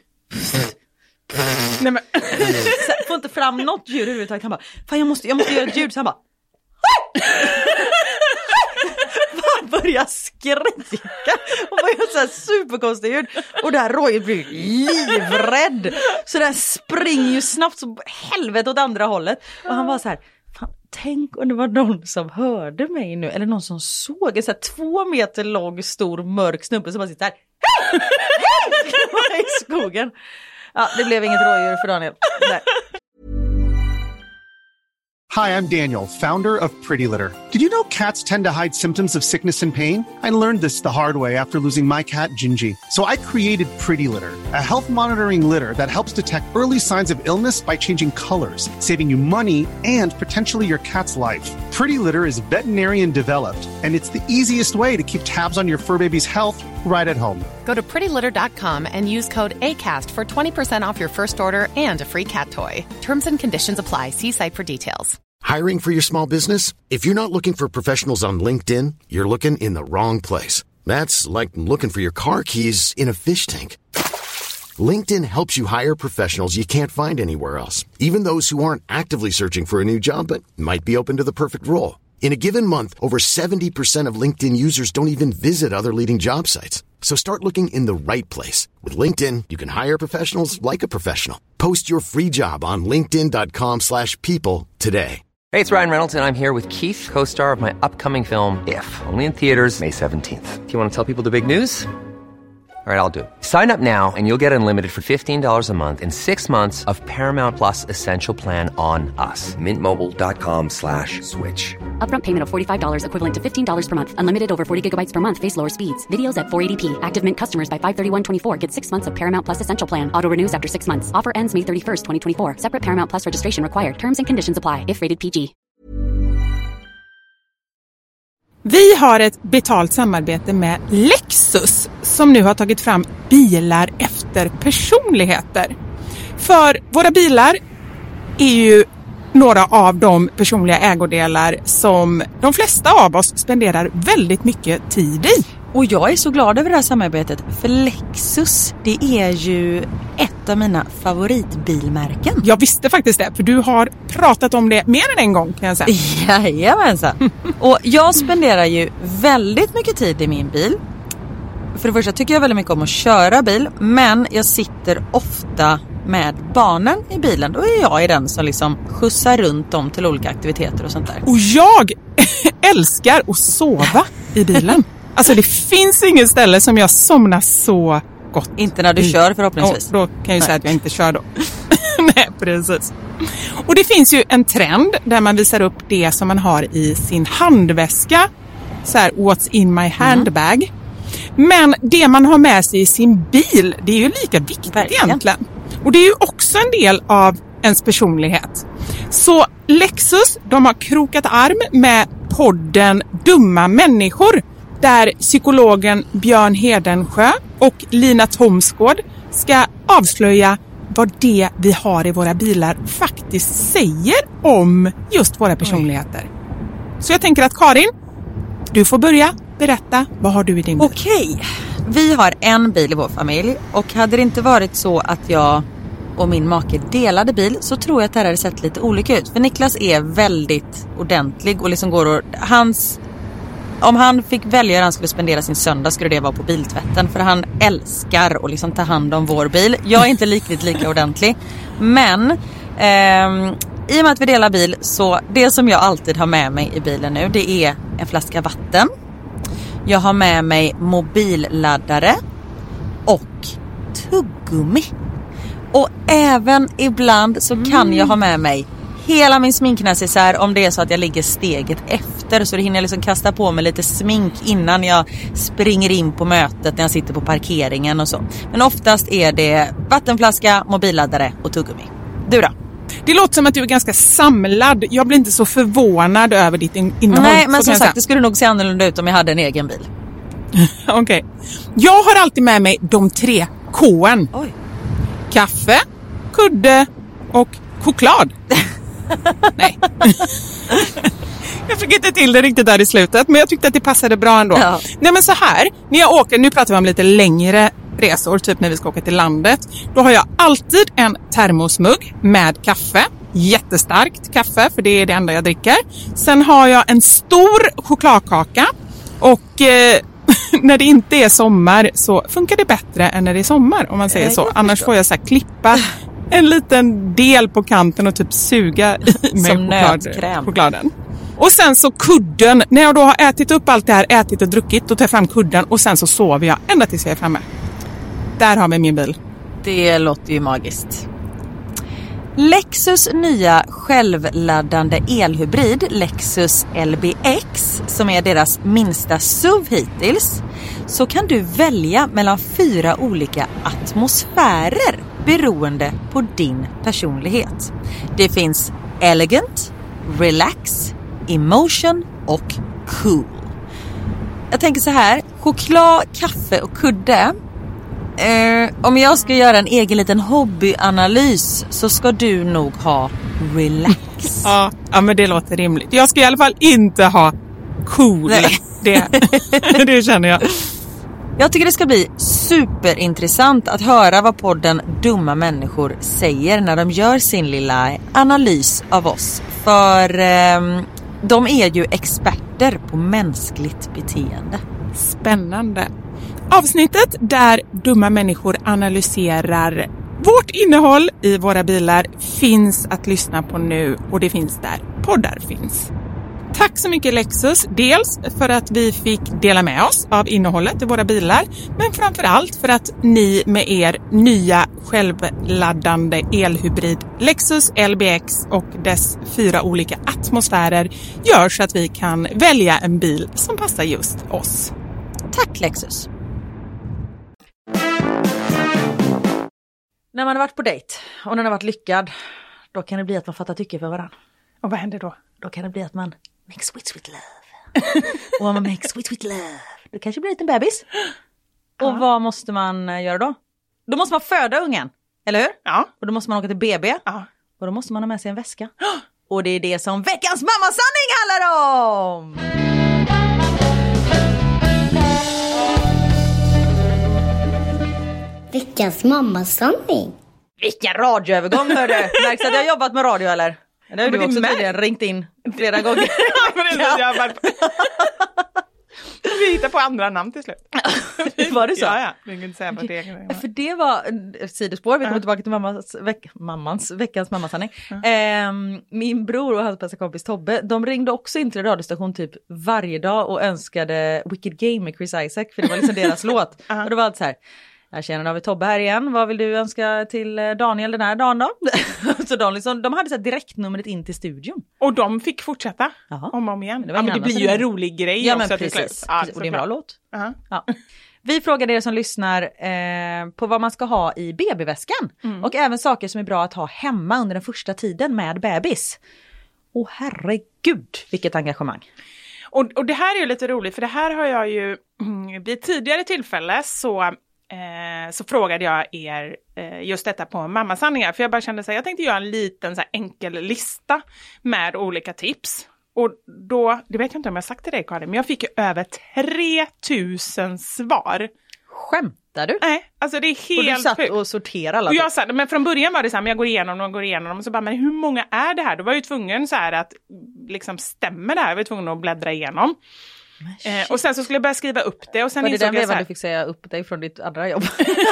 Nej, men. Så får inte fram något ljud överhuvudtaget. Han bara, fan jag måste, jag måste göra ett ljud. Så han bara. Han börjar skrika och börjar så här superkonstigt ljud. Och det här rådjuret blir livrädd. Så den springer ju snabbt så helvete åt andra hållet. Och han var så här, fan, tänk om det var någon som hörde mig nu. Eller någon som såg en så här två meter lång, stor, mörk snubbe som bara sitter här. Hej! Hej! I skogen. Ja, det blev inget rådjur för Daniel. Nej. Hi, I'm Daniel, founder of Pretty Litter. Did you know cats tend to hide symptoms of sickness and pain? I learned this the hard way after losing my cat, Gingy. So I created Pretty Litter, a health monitoring litter that helps detect early signs of illness by changing colors, saving you money and potentially your cat's life. Pretty Litter is veterinarian developed, and it's the easiest way to keep tabs on your fur baby's health right at home. Go to pretty litter dot com and use code ACAST for twenty percent off your first order and a free cat toy. Terms and conditions apply. See site for details. Hiring for your small business? If you're not looking for professionals on LinkedIn, you're looking in the wrong place. That's like looking for your car keys in a fish tank. LinkedIn helps you hire professionals you can't find anywhere else, even those who aren't actively searching for a new job but might be open to the perfect role. In a given month, over seventy percent of LinkedIn users don't even visit other leading job sites. So start looking in the right place. With LinkedIn, you can hire professionals like a professional. Post your free job on linkedin dot com slash people today. Hey, it's Ryan Reynolds, and I'm here with Keith, co-star of my upcoming film, If, only in theaters May seventeenth. Do you want to tell people the big news? All right, I'll do it. Sign up now and you'll get unlimited for fifteen dollars a month and six months of Paramount Plus Essential Plan on us. Mint Mobile dot com slash switch. Upfront payment of forty-five dollars equivalent to fifteen dollars per month. Unlimited over forty gigabytes per month. Face lower speeds. Videos at four eighty p. Active Mint customers by five thirty-one twenty-four get six months of Paramount Plus Essential Plan. Auto renews after six months. Offer ends May thirty-first, twenty twenty-four. Separate Paramount Plus registration required. Terms and conditions apply if rated P G. Vi har ett betalt samarbete med Lexus som nu har tagit fram bilar efter personligheter. För våra bilar är ju några av de personliga ägodelar som de flesta av oss spenderar väldigt mycket tid i. Och jag är så glad över det här samarbetet, för Lexus, det är ju ett av mina favoritbilmärken. Jag visste faktiskt det, för du har pratat om det mer än en gång, kan jag säga. Jajamensan. Och jag spenderar ju väldigt mycket tid i min bil. För det första tycker jag väldigt mycket om att köra bil, men jag sitter ofta med barnen i bilen. Då är jag i den som liksom skjutsar runt dem till olika aktiviteter och sånt där. Och jag älskar att sova i bilen. Alltså det finns ingen ställe som jag somnar så gott. Inte när du mm. kör förhoppningsvis. Och då kan jag ju säga att jag inte kör då. Nej, precis. Och det finns ju en trend där man visar upp det som man har i sin handväska. Så här, what's in my handbag. Mm. Men det man har med sig i sin bil, det är ju lika viktigt Verkligen. egentligen. Och det är ju också en del av ens personlighet. Så Lexus, de har krokat arm med podden Dumma människor. Där psykologen Björn Hedensjö och Lina Thomsgård ska avslöja vad det vi har i våra bilar faktiskt säger om just våra personligheter. Oj. Så jag tänker att Karin, du får börja berätta, vad har du i din bil? Okej, vi har en bil i vår familj, och hade det inte varit så att jag och min make delade bil, så tror jag att det här hade sett lite olika ut. För Niklas är väldigt ordentlig och liksom går och, hans... Om han fick välja hur han skulle spendera sin söndag, skulle det vara på biltvätten. För han älskar att liksom ta hand om vår bil. Jag är inte riktigt lika ordentlig. Men eh, i och med att vi delar bil, så det som jag alltid har med mig i bilen nu, det är en flaska vatten. Jag har med mig mobilladdare och tuggummi. Och även ibland så kan mm. jag ha med mig hela min sminknäsisär, om det är så att jag ligger steget efter, så det hinner jag liksom kasta på mig lite smink innan jag springer in på mötet när jag sitter på parkeringen och så. Men oftast är det vattenflaska, mobilladdare och tuggummi. Du då? Det låter som att du är ganska samlad. Jag blir inte så förvånad över ditt innehåll. Nej, men som sagt, det skulle nog se annorlunda ut om jag hade en egen bil. Okej. Okay. Jag har alltid med mig de tre K:n. Oj. Kaffe, kudde och choklad. Nej. Jag fick inte till det riktigt där i slutet, men jag tyckte att det passade bra ändå. Ja. Nej, men så här, när jag åker, nu pratar vi om lite längre resor, typ när vi ska åka till landet, då har jag alltid en termosmugg med kaffe, jättestarkt kaffe, för det är det enda jag dricker. Sen har jag en stor chokladkaka, och eh, när det inte är sommar så funkar det bättre än när det är sommar, om man säger så. Annars får jag så här klippa en liten del på kanten och typ suga i med choklad, chokladen. Och sen så kudden. När jag då har ätit upp allt det här, ätit och druckit, då tar jag fram kudden och sen så sover jag ända tills jag är framme. Där har vi min bil. Det låter ju magiskt. Lexus nya självladdande elhybrid Lexus L B X, som är deras minsta S U V hittills, så kan du välja mellan fyra olika atmosfärer beroende på din personlighet. Det finns elegant, relax, emotion och cool. Jag tänker så här, choklad, kaffe och kudde. Eh, om jag ska göra en egen liten hobbyanalys så ska du nog ha relax. Ja, ja, men det låter rimligt. Jag ska i alla fall inte ha cool. Det, det känner jag. Jag tycker det ska bli superintressant att höra vad podden Dumma människor säger när de gör sin lilla analys av oss. För eh, de är ju experter på mänskligt beteende. Spännande. Avsnittet där dumma människor analyserar vårt innehåll i våra bilar finns att lyssna på nu, och det finns där poddar finns. Tack så mycket Lexus, dels för att vi fick dela med oss av innehållet i våra bilar, men framförallt för att ni med er nya självladdande elhybrid Lexus L B X och dess fyra olika atmosfärer gör så att vi kan välja en bil som passar just oss. Tack Lexus! När man har varit på dejt och den har varit lyckad, då kan det bli att man fattar tycke för varandra. Och vad händer då? Då kan det bli att man makes sweet sweet love. Och om man makes sweet sweet love, då kanske det blir en liten bebis. Och ja. Vad måste man göra då? Då måste man föda ungen, eller hur? Ja. Och då måste man åka till B B. Ja. Och då måste man ha med sig en väska. Och det är det som veckans mammasanning handlar om! Veckans mammasanning. Vilken radioövergång, hördu. Märks att jag har jobbat med radio, eller? Det har du också tidigare ringt in flera gånger. Ja, men det är jag bara... Vi hittar på andra namn till slut. Var det så? Ja, ja. Vi kan inte säga vad det är. För det var sidospår. Vi kommer uh-huh. tillbaka till mammas, veck, mammans, veckans mammasanning. Uh-huh. Eh, min bror och hans bästa kompis Tobbe, de ringde också in till en radiostation typ varje dag och önskade Wicked Game med Chris Isaak. För det var liksom deras låt. Uh-huh. Och det var allt så här... Jag känner av Tobbe här igen. Vad vill du önska till Daniel den här dagen då? Så de, liksom, de hade så här direktnumret in till studion. Och de fick fortsätta Aha. om och om igen. Det, ja, men det blir ju en rolig grej ja, också men till precis. slut. Ja, och det är en bra låt. Uh-huh. Ja. Vi frågade er som lyssnar eh, på vad man ska ha i B B-väskan. Mm. Och även saker som är bra att ha hemma under den första tiden med bebis. Och herregud, vilket engagemang. Och, och det här är ju lite roligt, för det här har jag ju mm, vid tidigare tillfälle så... Eh, så frågade jag er eh, just detta på mammasanningar. För jag bara kände så här, jag tänkte göra en liten så här, enkel lista med olika tips. Och då, det vet jag inte om jag har sagt till dig Karin, men jag fick ju över tre tusen svar. Skämtar du? Nej, alltså det är helt Och du satt sjukt. och sorterade alla. Och jag satt, men från början var det så här, men jag går igenom dem och går igenom dem. Och så bara, men hur många är det här? Då var jag ju tvungen så här att, liksom stämmer det här? Jag var tvungen att bläddra igenom. Eh, och sen så skulle jag börja skriva upp det. Och sen var det den vevan här... du fick säga upp dig från ditt andra jobb?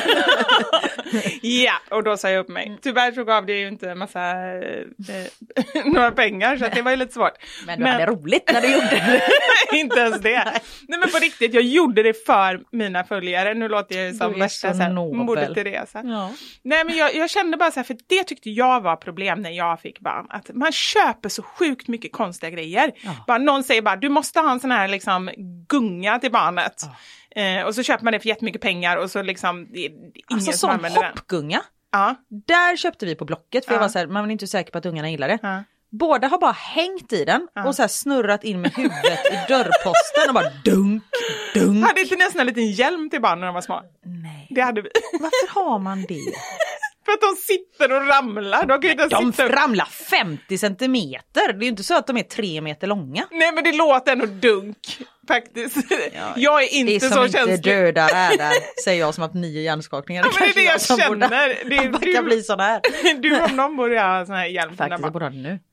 Ja, och då sa jag upp mig. Tyvärr så gav det ju inte en massa eh, några pengar, så att det var ju lite svårt. Men det var men... roligt när du gjorde det. Inte ens det. Nej, men på riktigt, jag gjorde det för mina följare. Nu låter jag som värsta Moder Teresa. Ja. Nej, men jag, jag kände bara så här, för det tyckte jag var problem när jag fick barn. Att man köper så sjukt mycket konstiga grejer. Ja. Bara, någon säger bara, du måste ha en sån här liksom gunga till barnet. Ja. Eh, och så köper man det för jättemycket pengar och så liksom det är ingen alltså, som använder den. Hoppgunga. Ja. Där köpte vi på Blocket för ja. jag var så här, man var inte säker på att ungarna gillar det. Ja. Båda har bara hängt i den ja. och så här snurrat in med huvudet i dörrposten och bara dunk, dunk. Hade inte nästan en liten hjälm till barnen när de var små? Nej. Det hade vi. Varför har man det? För att de sitter och ramlar. De, kan inte de sitta... ramlar femtio centimeter. Det är ju inte så att de är tre meter långa. Nej, men det låter ändå dunk. Faktiskt. Ja, jag är inte så känslig. Det är som inte dödar är där, säger jag som att nio hjärnskakningar. Ja, men det är det jag, jag känner. Borde, det är, du, kan bli sån här. Du om någon borde ha sån här hjälm. Faktiskt, jag borde ha det nu.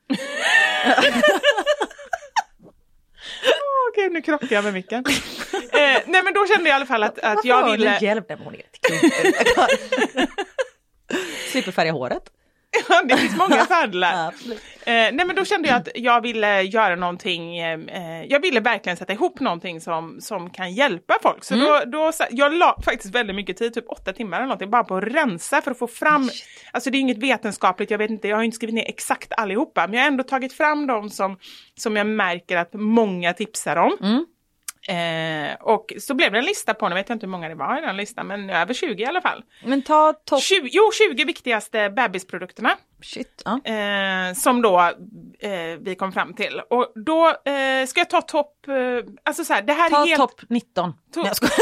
Okej, nu krockar jag med micken. eh, nej, men då kände jag i alla fall att, att jag ville... Varför hjälp där med hon är till klumpen? Slipper färga håret. Ja, det finns många fördelar. eh, nej, men då kände jag att jag ville göra någonting, eh, jag ville verkligen sätta ihop någonting som, som kan hjälpa folk. Så mm. då, då, jag la faktiskt väldigt mycket tid, typ åtta timmar eller någonting, bara på att rensa för att få fram, Shit. alltså det är inget vetenskapligt, jag vet inte, jag har inte skrivit ner exakt allihopa, men jag har ändå tagit fram dem som, som jag märker att många tipsar om. Mm. Eh, och så blev det en lista på, jag vet inte hur många det var i den listan, men över tjugo i alla fall. Men ta topp... tjugo, jo, tjugo viktigaste bebisprodukterna. Shit, ja. eh, som då eh, vi kom fram till. Och då eh, ska jag ta topp, eh, alltså så här, det här ta är helt... topp nitton. To- Nej, jag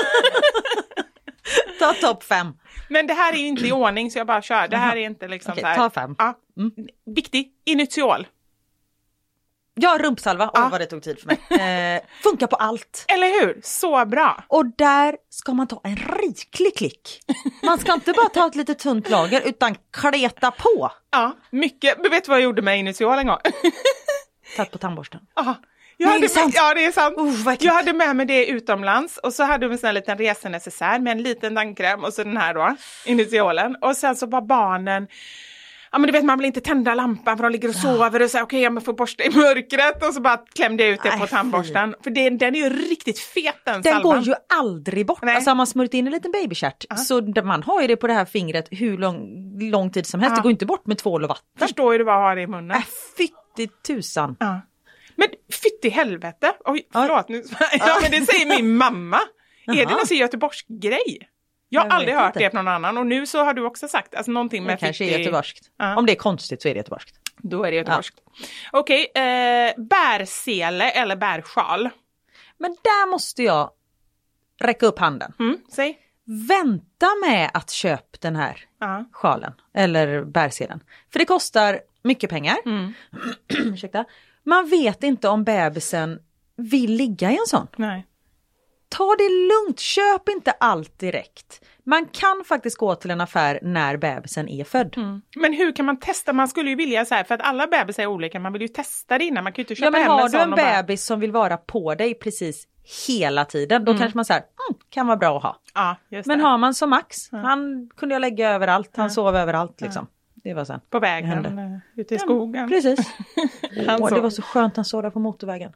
ta topp fem. Men det här är inte i ordning så jag bara kör. Det här är inte liksom okay, så här. Ta fem. Ja. Mm. Viktig, Initial. Ja, rumpsalva. Åh, ja. Vad det tog tid för mig. Eh, funkar på allt. Eller hur? Så bra. Och där ska man ta en riklig klick. Man ska inte bara ta ett lite tunt lager utan kleta på. Ja, mycket. Men vet du vad jag gjorde med Initial en gång? Tatt på tandborsten. Ja. Jag Nej, hade det är sant. Med, ja, det är sant. Oh, jag hade med mig det utomlands och så hade vi en sån här liten resenecessär med en liten tandkräm och så den här då, Initialen. Och sen så var barnen... Ja, men du vet, man vill inte tända lampan för de ligger och sover och säger okej, okay, jag får borsta i mörkret och så bara klämde jag ut det Nej, på tandborsten. För det, den är ju riktigt fet den Den salvan. går ju aldrig bort. Nej. Alltså har man smörjt in en liten babykärt uh-huh. så man har ju det på det här fingret hur lång, lång tid som helst. Uh-huh. Det går inte bort med tvål och vatten. Förstår du vad jag har i munnen? Äh, fytti tusan. Uh. Men fytti helvete. Oj, förlåt. Uh. Nu. Ja, men det säger min mamma. Uh-huh. Är det någon Göteborgs grej? Jag har jag aldrig hört inte. Det från någon annan. Och nu så har du också sagt alltså någonting med... Det kanske fitti... är göteborgskt. Ja. Om det är konstigt så är det göteborgskt. Då är det göteborgskt. Ja. Okej, okay, eh, bärsele eller bärsjal. Men där måste jag räcka upp handen. Mm, säg. Vänta med att köpa den här uh-huh. sjalen. Eller bärselen. För det kostar mycket pengar. Mm. Ursäkta. Man vet inte om bebisen vill ligga i en sån. Nej. Ta det lugnt, köp inte allt direkt. Man kan faktiskt gå till en affär när bebisen är född. Mm. Men hur kan man testa? Man skulle ju vilja så här, för att alla bebisar är olika, man vill ju testa det innan. Man kan ju inte köpa ja, men hem har en du en bara... bebis som vill vara på dig precis hela tiden, då mm. kanske man säger, mm, kan vara bra att ha. Ja, just men det. Har man som Max, ja. han kunde jag lägga överallt, han ja. sov överallt liksom. Ja. Det var sen. På vägen, ute i skogen. Ja, precis. Åh, det var så skönt han såg där på motorvägen.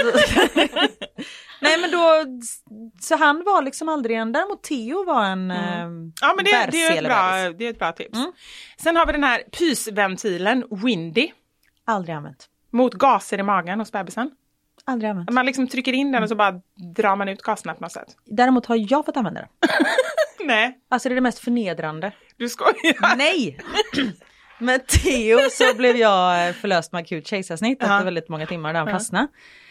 Nej, men då... Så han var liksom aldrig en... Däremot Theo var en mm. Ja, men det, det, är ett bra, det är ett bra tips. Mm. Sen har vi den här pysventilen, Windy. Aldrig använt. Mot gaser i magen hos bebisen. Aldrig använt. Man liksom trycker in den och så bara drar man ut gaserna på något sätt. Däremot har jag fått använda den. Nej. Alltså det är det mest förnedrande. Du skojar. Nej! Med Theo så blev jag förlöst med akut kejsarsnitt efter uh-huh. väldigt många timmar där han uh-huh. fastnade.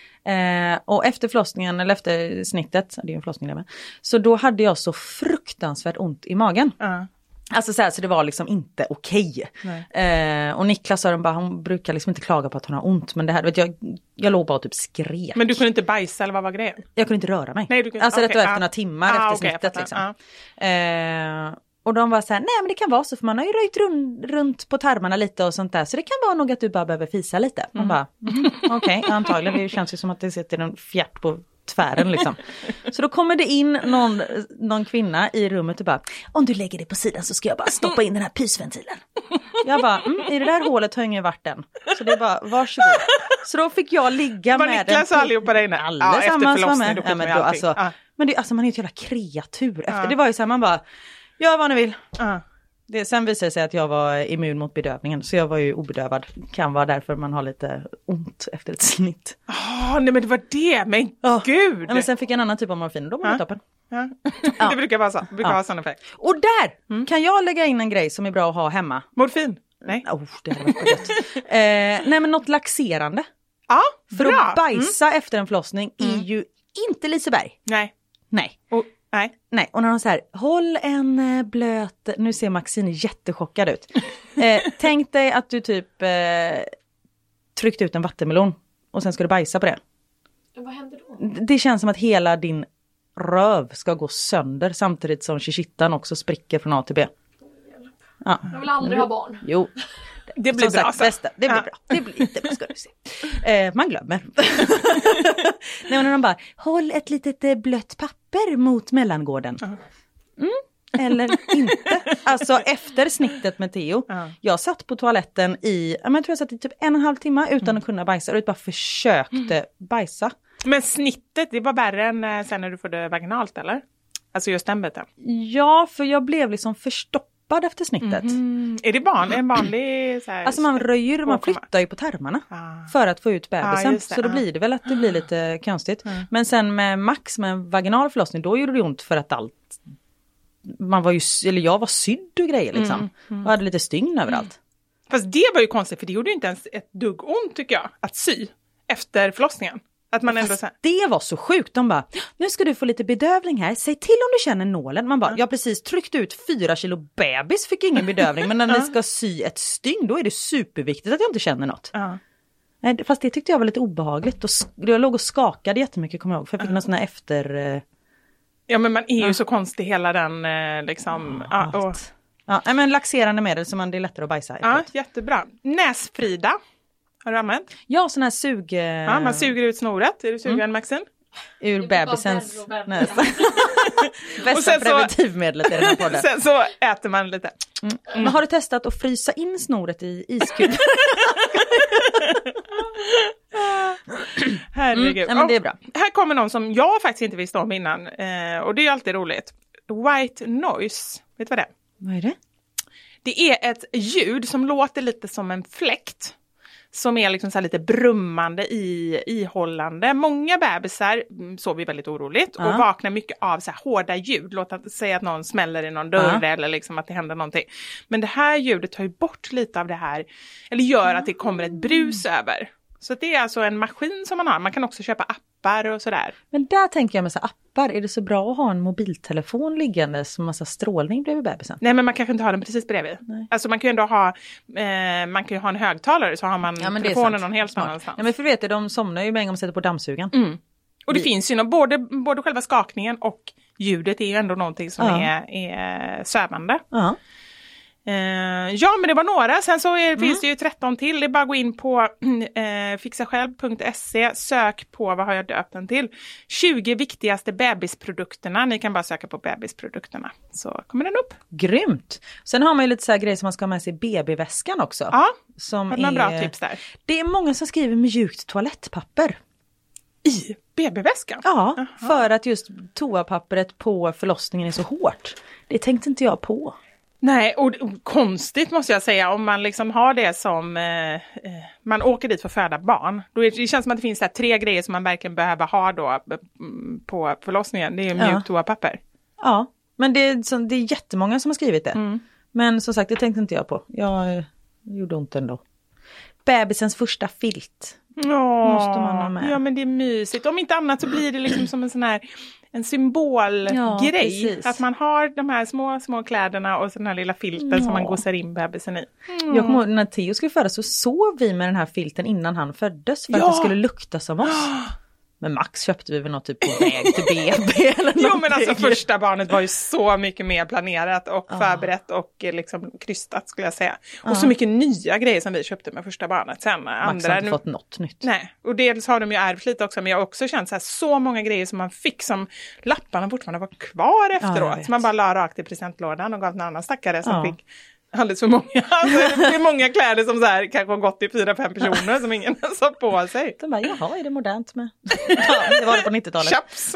Eh, och efter förlossningen, eller efter snittet, det är ju en förlossning där med, så då hade jag så fruktansvärt ont i magen. Uh-huh. Alltså så, här, så det var liksom inte okej. Eh, och Niklas sa, bara, hon brukar liksom inte klaga på att hon har ont. Men det här, vet jag, jag låg bara och typ skrek. Men du kunde inte bajsa eller vad var grejen? Jag kunde inte röra mig. Nej, du kunde, alltså okay, det var efter ah. några timmar ah, efter okay, snittet liksom. Ah. Eh, och de var så här, nej men det kan vara så, för man har ju röjt runt, runt på tarmarna lite och sånt där. Så det kan vara nog att du bara behöver fisa lite. Man mm. bara, mm, okej, okay, antagligen. Det känns ju som att det sitter en fjärt på tvären liksom. Så då kommer det in någon, någon kvinna i rummet och bara, om du lägger det på sidan så ska jag bara stoppa in den här pysventilen. Jag bara, mm, i det där hålet har ingen varit än. Så det är bara, varsågod. Så då fick jag ligga var med den. Var Niklas allihopa där inne? Allesammans ja, efter förlossningen. Då ja, men då, alltså, ja. men det, alltså man är ju ett jävla kreatur efter. Ja. Det var ju så här, man bara, gör vad ni vill. Ja. Det, sen visade det sig att jag var immun mot bedövningen. Så jag var ju obedövad. Kan vara därför man har lite ont efter ett snitt. Oh, nej men det var det. Men oh. gud. Ja, men sen fick jag en annan typ av morfin och då var det toppen. Ja. Ja. Det brukar vara så. Det brukar ja. vara sån effekt. Och där mm. kan jag lägga in en grej som är bra att ha hemma. Morfin? Nej. Oh, det hade varit gött. eh, nej men något laxerande. Ja, För bra. att bajsa mm. efter en förlossning mm. är ju inte Liseberg. Nej. Nej. Och Nej. Nej, och när de säger, håll en blöt, nu ser Maxine jättechockad ut. Eh, tänk dig att du typ eh, tryckte ut en vattenmelon och sen ska du bajsa på det. Vad händer då? Det känns som att hela din röv ska gå sönder samtidigt som shishittan också spricker från A till B. Ja. Jag vill aldrig ha barn. Jo. Det blir som bra. Sagt, bästa. Det blir ja. bra. Det blir jättebra, ska du se. Eh, man glömmer. Nej, men de bara, håll ett litet blött papper mot mellangården. Uh-huh. Mm. eller inte. Alltså efter snittet med Theo. Ja. Jag satt på toaletten i, jag tror jag satt i typ en och en halv timme utan mm. att kunna bajsa. Och jag bara försökte mm. bajsa. Men snittet, det var värre än sen när du får det vaginalt, eller? Alltså just den biten. Ja, för jag blev liksom förstoppad efter snittet. Mm. Är det van, en vanlig... Så här, alltså man röjer, man flyttar ju på tarmarna ah. för att få ut bebisen. Ah, så då ah. blir det väl att det blir lite konstigt. Mm. Men sen med Max, med en vaginal förlossning, då gjorde det ont för att allt... Man var ju, eller jag var sydd och grejer liksom. Mm. Mm. Och hade lite stygn överallt. Mm. Fast det var ju konstigt, för det gjorde ju inte ens ett dugg ont tycker jag, att sy efter förlossningen. Att man ändå så... Det var så sjukt. De bara, nu ska du få lite bedövning här. Säg till om du känner nålen. Man bara, jag har precis tryckt ut fyra kilo bebis, fick ingen bedövning. Men när ni ska sy ett stygn, då är det superviktigt att jag inte känner något. Ja. Nej, fast det tyckte jag var lite obehagligt. Och jag låg och skakade jättemycket, kommer jag ihåg. För jag fick ja. någon sån här efter... Ja, men man är ju ja. så konstig hela den liksom... Ja, ja, och... ja, men laxerande medel så man det är lättare att bajsa. Ja, jättebra. Näsfrida. Har du använt? Ja, sån här sug... Ja, man suger ut snoret. Är du sugen, mm. Maxen? Ur bebisens näsa. Bästa preventivmedlet i den här podden. Sen så äter man lite. Mm. Mm. Men har du testat att frysa in snoret i iskub? Herregud. Mm. Ja, men det är bra. Och här kommer någon som jag faktiskt inte visste om innan. Eh, och det är ju alltid roligt. White noise. Vet du vad det är? Vad är det? Det är ett ljud som låter lite som en fläkt. Som är liksom så här lite brummande i ihållande. Många bebisar sover väldigt oroligt. Uh-huh. Och vaknar mycket av så här hårda ljud. Låt säga att någon smäller i någon dörr. Uh-huh. Eller liksom att det händer någonting. Men det här ljudet tar ju bort lite av det här. Eller gör uh-huh. att det kommer ett brus över. Så det är alltså en maskin som man har. Man kan också köpa appar och sådär. Men där tänker jag med så appar. Är det så bra att ha en mobiltelefon liggande som massa strålning bredvid bebisen? Nej, men man kanske inte har den precis bredvid. Nej. Alltså man kan ju ändå ha, eh, man kan ju ha en högtalare så har man ja, telefonen någon helt annanstans. Ja, men för vet du, de somnar ju med en gång och sätter på dammsugan. Mm. Och det Vi... finns ju någon, både, både själva skakningen och ljudet är ju ändå någonting som ja. är, är sövande. Ja. Uh, ja, men det var några. Sen så är, mm. finns det ju tretton till. Det är bara att gå in på uh, fixasjälv punkt se. Sök på, vad har jag döpt den till? tjugo viktigaste bebisprodukterna. Ni kan bara söka på bebisprodukterna. Så kommer den upp. Grymt. Sen har man ju lite så här grejer som man ska ha med sig i B B-väskan också. Ja, som har några bra tips där. Det är många som skriver mjukt toalettpapper. I B B-väskan? Ja, Aha. för att just toapappret på förlossningen är så hårt. Det tänkte inte jag på. Nej, och, och konstigt måste jag säga om man liksom har det som eh, eh, man åker dit för att föda barn. Då är, det känns som att det finns här tre grejer som man verkligen behöver ha då på förlossningen. Det är mjukt ja. toapapper. Ja, men det är, så, det är jättemånga som har skrivit det. Mm. Men som sagt, det tänkte inte jag på. Jag eh, gjorde ont ändå. Bebisens första filt. Ja, måste man ha med. Ja, men det är mysigt. Om inte annat så blir det liksom som en sån här en symbolgrej. Ja, att man har de här små, små kläderna och så den här lilla filten ja. som man gossar in bebisen i. Mm. Jag kommer ihåg, när Theo skulle födas så sov vi med den här filten innan han föddes. För ja. att det skulle lukta som oss. Men Max köpte vi väl något typ på väg till B B eller någonting. Jo, men alltså första barnet var ju så mycket mer planerat och ah. förberett och liksom krystat skulle jag säga. Och ah. så mycket nya grejer som vi köpte med första barnet. Sen Max andra, har inte nu... fått något nytt. Nej, och dels har de ju ärvt lite också. Men jag har också känt så här, så många grejer som man fick som lapparna fortfarande var kvar efteråt. Ja, så man bara la rakt i presentlådan och gav en annan stackare som ja. fick alldeles för många. Alltså, det är många kläder som så här kanske har gått i fyra, fem personer som ingen har satt på sig. De bara, jaha, är det modernt med? Ja, det var det på nittiotalet. Chaps!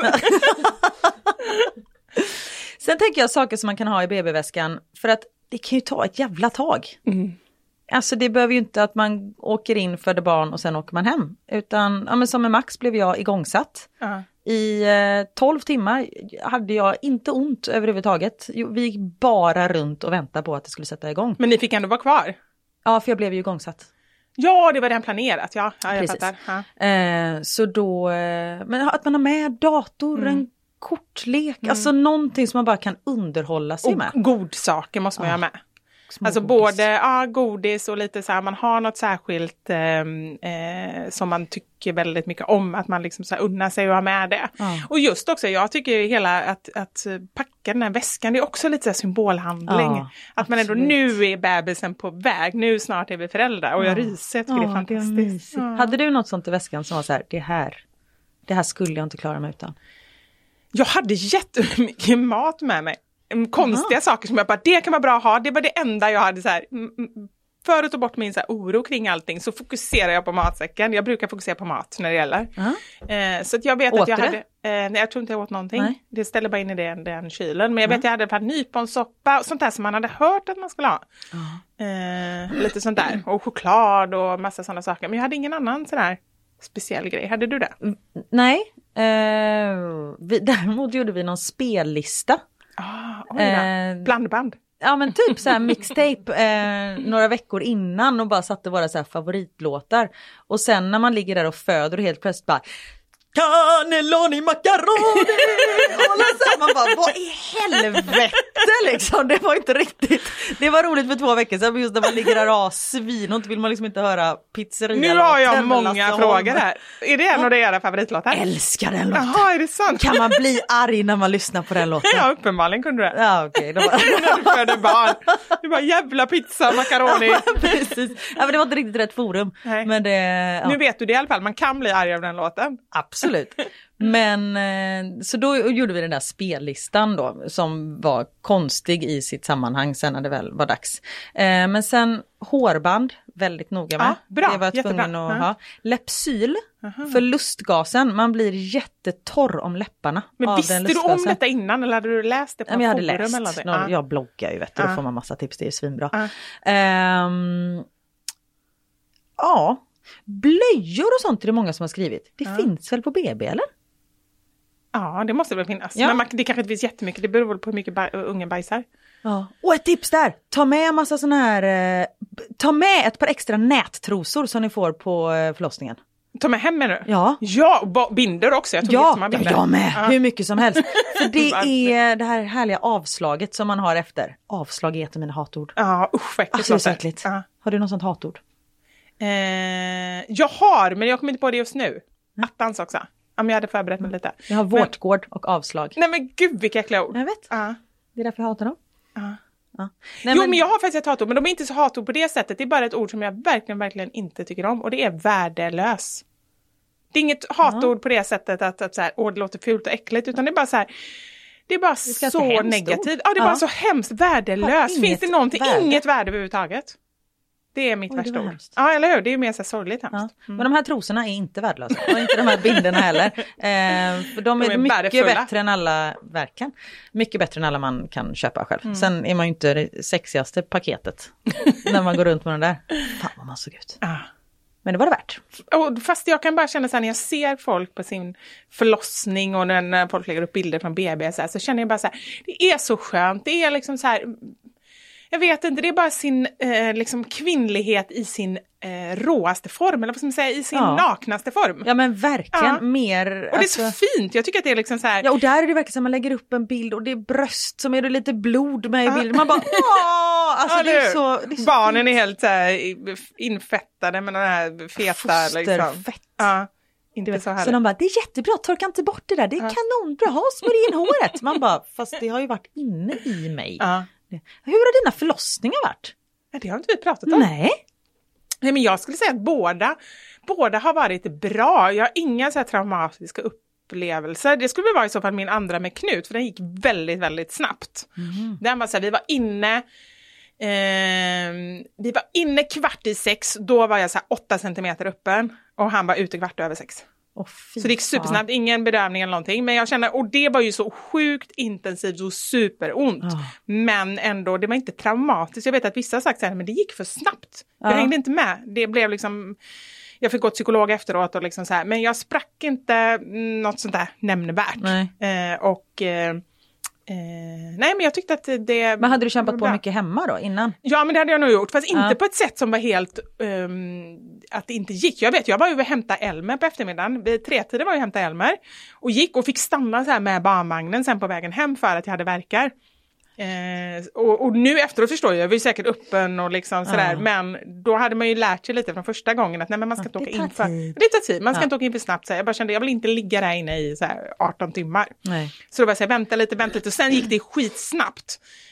Sen tänker jag saker som man kan ha i B B-väskan. För att det kan ju ta ett jävla tag. Mm. Alltså det behöver ju inte att man åker in för det barn och sen åker man hem. Utan ja, men som med Max blev jag igångsatt. Uh-huh. I eh, tolv timmar hade jag inte ont överhuvudtaget. Vi gick bara runt och väntade på att det skulle sätta igång. Men ni fick ändå vara kvar? Ja, för jag blev ju igångsatt. Ja, det var redan planerat. Ja, ja jag fattar. Ja. Eh, så då, eh, men att man har med dator, mm. en kortlek, mm. alltså någonting som man bara kan underhålla sig och med. Godsaker måste man ja. ha med. Små alltså godis. Både ja, godis och lite så här, man har något särskilt eh, eh, som man tycker väldigt mycket om, att man liksom så här unnar sig och ha med det. Ja. Och just också, jag tycker hela att, att packa den här väskan, det är också lite så här symbolhandling. Ja, att man ändå, nu är bebisen på väg, nu snart är vi föräldrar och jag ja. ryser, jag tycker ja, det är fantastiskt. Det är ja. Hade du något sånt i väskan som var så här, det här, det här skulle jag inte klara mig utan? Jag hade jättemycket mat med mig. konstiga Aha. saker som jag bara, det kan vara bra att ha. Det var det enda jag hade så här. För att ta bort min så här oro kring allting så fokuserar jag på matsäcken. Jag brukar fokusera på mat när det gäller. Uh-huh. Eh, så att jag vet åt att jag det? hade... Eh, nej, jag tror inte jag åt någonting. Nej. Det ställer bara in i den, den kylen. Men jag uh-huh. vet att jag hade ett nyponsoppa och sånt där som man hade hört att man skulle ha. Uh-huh. Eh, lite sånt där. Och choklad och massa sådana saker. Men jag hade ingen annan sån där speciell grej. Hade du det? Mm, nej. Eh, vi, däremot gjorde vi någon spellista. Ah, oj då. Eh, Blandband. Ja men typ så här mixtape eh, några veckor innan och bara satte våra så här favoritlåtar. Och sen när man ligger där och föder och helt plötsligt bara cannelloni macaroni och så man bara, vad i helvete liksom, det var inte riktigt, det var roligt för två veckor sedan, men just när man ligger där och har svin och vill man liksom inte höra pizzeria. Nu har jag många frågor här. Är det en av era favoritlåtar? Älskar den låten. Jaha, är det sant? Kan man bli arg när man lyssnar på den låten? Ja, uppenbarligen kunde du det. Ja, okej. Okay, när du födde barn. Du bara, jävla pizza, macaroni. Ja, precis. Ja, men det var inte riktigt rätt forum. Nej. Men det, ja. Nu vet du det i alla fall, man kan bli arg av den låten. Absolut. Men så då gjorde vi den där spellistan då som var konstig i sitt sammanhang sen när det väl var dags. Eh, men sen hårband, väldigt noga med. Ja, bra, det var jag tvungen jättebra. att Ja. ha. Läppsyl, Aha. för lustgasen. Man blir jättetorr om läpparna. Men av visste den du lustgasen. om detta innan eller hade du läst det på Ja, men jag hade forum läst. eller någonting? Någon, Ja. Jag bloggar ju vet du, då Ja. får man massa tips, det är svinbra. Ja. Ehm, ja, blöjor och sånt är det många som har skrivit. Det Ja. finns väl på B B eller? Ja, det måste väl finnas. Ja. Men man, det kanske inte finns jättemycket. Det beror väl på hur mycket baj, ungen bajsar. Ja. Och ett tips där! Ta med en massa sån här... Eh, ta med ett par extra nättrosor som ni får på eh, förlossningen. Ta med hem nu? Ja. Ja, och binder också. Jag tog Ja, ja, ja, jag med. Ja. Hur mycket som helst. För det är det här härliga avslaget som man har efter. Avslag är ett av mina hatord. Ja, usch vad äckligt. Alltså, det är så äckligt. Ja. Har du något sånt hatord? Eh, jag har, men jag kommer inte på det just nu. Mm. Attans också. Ja, men jag hade förberett mig lite. Jag har vårtgård och avslag. Nej men gud vilka äckliga ord. Jag vet. Ja. Det är därför jag hatar dem. Ja. Ja. Nej, jo men... men jag har faktiskt ett hatord, men de är inte så hatord på det sättet. Det är bara ett ord som jag verkligen, verkligen inte tycker om. Och det är värdelös. Det är inget hatord ja. på det sättet att, att så här, åh, det låter fult och äckligt. Utan det är bara så här, det är bara det så negativt. Ja, det är ja. bara så hemskt värdelös. Finns det någonting, värde. Inget värde överhuvudtaget. Det är mitt Oj, värsta ord. Ja, eller hur? Det är ju mer så här sorgligt hemskt. Ja. Mm. Men de här trosorna är inte värdelösa. Och inte de här bilderna heller. Eh, för de är, de är mycket värdefulla. Bättre än alla, verkligen. Mycket bättre än alla man kan köpa själv. Mm. Sen är man ju inte det sexigaste paketet. när man går runt med den där. Fan vad man såg ut. Ah. Men det var det värt. Och fast jag kan bara känna så här när jag ser folk på sin förlossning och när folk lägger upp bilder från B B så, här, så känner jag bara så här, det är så skönt. Det är liksom så här, jag vet inte, det är bara sin eh, liksom kvinnlighet i sin eh, råaste form, eller vad ska man säga, i sin ja. naknaste form. Ja men verkligen, ja. mer. Och det är alltså... så fint, jag tycker att det är liksom så här. Ja och där är det verkligen som man lägger upp en bild och det är bröst som är det lite blod med i ja. bilden. Man bara, åh! Alltså ja, det, är så, det är så barnen fint. är helt så här, infettade med den här feta liksom. Fett. Ja. Inte så så de bara, det är jättebra, torka inte bort det där, det är ja. kanonbra, ha smörj in håret. Man bara, fast det har ju varit inne i mig. Ja. Hur har dina förlossningar varit? Ja, det har inte vi pratat om. Nej. Nej, men jag skulle säga att båda, båda har varit bra. Jag har inga så här traumatiska upplevelser. Det skulle väl vara i så fall min andra med Knut, för den gick väldigt, väldigt snabbt. Mm. Den var så här, vi var inne, eh, vi var inne kvart i sex, då var jag så här åtta centimeter öppen och han var ute kvart över sex. Oh, så det gick supersnabbt, ingen bedövning eller någonting. Men jag känner, och det var ju så sjukt intensivt och superont. Oh. Men ändå, det var inte traumatiskt. Jag vet att vissa har sagt så här, men det gick för snabbt. Jag oh. hängde inte med. Det blev liksom, jag fick gå till psykolog efteråt och liksom så här. Men jag sprack inte något sånt där nämnvärt. Eh, och... Eh, Eh, nej men jag tyckte att det... Men hade du kämpat på mycket hemma då innan? Ja men det hade jag nog gjort. Fast ja. inte på ett sätt som var helt um, att det inte gick. Jag vet, jag var ju och hämta Elmer på eftermiddagen. Vid tretiden var jag och hämta Elmer. Och gick och fick stanna så här med barnvagnen sen på vägen hem för att jag hade verkar. Eh, och, och nu efteråt förstår jag, jag var ju säkert öppen och liksom sådär, ja. Men då hade man ju lärt sig lite från första gången att nej men man ska ja, inte åka in för tid. Det tar tid, man ska ja. inte åka in för snabbt så jag bara kände, jag vill inte ligga där inne i så här arton timmar. Nej. Så då var jag så här, vänta lite, vänta lite och sen gick det skitsnabbt.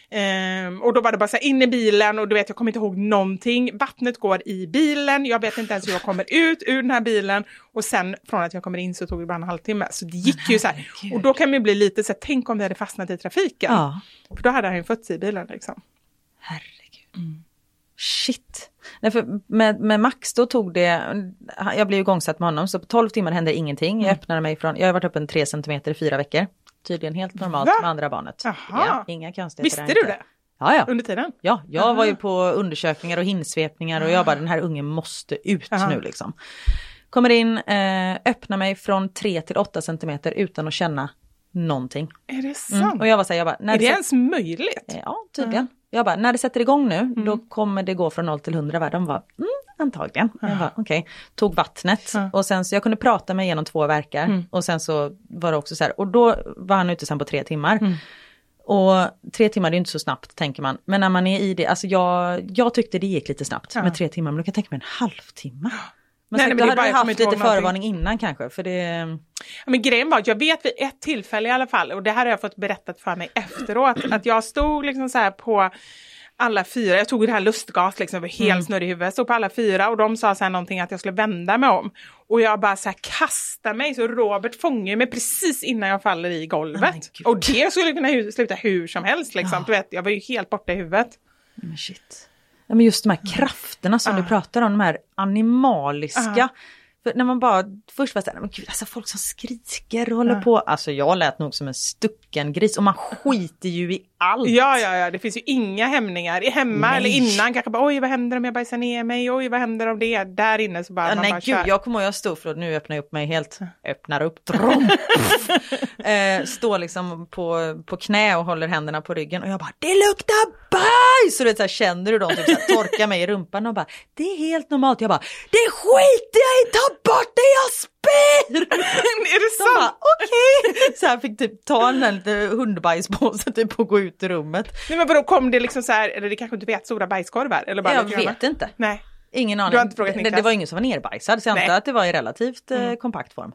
Ehm, och då var det bara så här, in i bilen och du vet, jag kommer inte ihåg någonting. Vattnet går i bilen, jag vet inte ens hur jag kommer ut ur den här bilen. Och sen från att jag kommer in så tog det bara en halvtimme. Så det gick ju så här. Och då kan man ju bli lite så här, tänk om det hade fastnat i trafiken. Ja. För då hade han ju fötts i bilen liksom. Herregud. Mm. Shit. Nej, för med, med Max då tog det, jag blev igångsatt med honom så på tolv timmar hände ingenting. Jag Mm. öppnade mig från, jag har varit uppe en tre centimeter i fyra veckor. Tydligen helt normalt Va? med andra barnet. Jaha. Ja, inga konstigheter. Visste där du inte. det? Ja, ja. Under tiden? Ja, jag Aha. var ju på undersökningar och hinsvepningar och jag bara, den här ungen måste ut Aha. nu liksom. Kommer in, eh, öppnar mig från tre till åtta centimeter utan att känna någonting. Är det sant? Mm. Och jag var så här, jag bara, när är det, det ens möjligt? Ja, tydligen. Ja. Jag bara, när det sätter igång nu, mm. då kommer det gå från noll till hundra värden. De var, mm, antagligen. Jag bara, okej. Okay. Tog vattnet. Ja. Och sen så, jag kunde prata mig igenom två verkar. Mm. Och sen så var det också så här, och då var han ute sen på tre timmar. Mm. Och tre timmar är inte så snabbt, tänker man. Men när man är i det, alltså jag, jag tyckte det gick lite snabbt ja. med tre timmar. Men då kan jag tänka mig en halvtimme. Men Nej, så, nej, då hade jag du haft lite förvarning någonting. innan kanske. För det... Ja, men grejen var att jag vet vid ett tillfälle i alla fall, och det här har jag fått berättat för mig efteråt, att jag stod liksom så här på alla fyra, jag tog det här lustgas liksom, var helt mm. snurrig i huvudet, stod på alla fyra och de sa så här någonting att jag skulle vända mig om. Och jag bara så här kastade mig, så Robert fångade mig precis innan jag faller i golvet. Oh, och det skulle kunna hu- sluta hur som helst liksom, ja. Du vet, jag var ju helt borta i huvudet. Men shit. Ja, men just de här krafterna som uh. du pratar om, de här animaliska. Uh. För när man bara först var så här, men gud, alltså folk som skriker och håller uh. på. Alltså jag lät nog som en stucken gris och man skiter ju i allt. Ja, ja, ja. Det finns ju inga hämningar i hemma. Nej. Eller innan kanske bara, oj vad händer om jag bajsar ner mig? Oj vad händer om det? Där inne så bara, ja, man nej bara gud, kör. Jag kommer ihåg, jag stod för nu öppnar jag upp mig helt. Öppnar upp. eh, står liksom på, på knä och håller händerna på ryggen. Och jag bara, det luktar bajs! Så du vet, så här, känner du dem typ, så här, torkar mig i rumpan och bara, det är helt normalt. Jag bara, det skiter jag i, ta bort det, jag spyr! Är det sant? De bara, okej. Okay. Så jag fick typ ta en lite hundbajspåse typ och gå ut i rummet. Nej, men vadå, kom det liksom så här, eller det kanske inte vet, stora bajskorvar? Eller bara jag vet inte. Nej. Ingen aning. Du har inte frågat det, det var ingen som var nerbajsad, så jag antar att det var i relativt eh, kompakt form.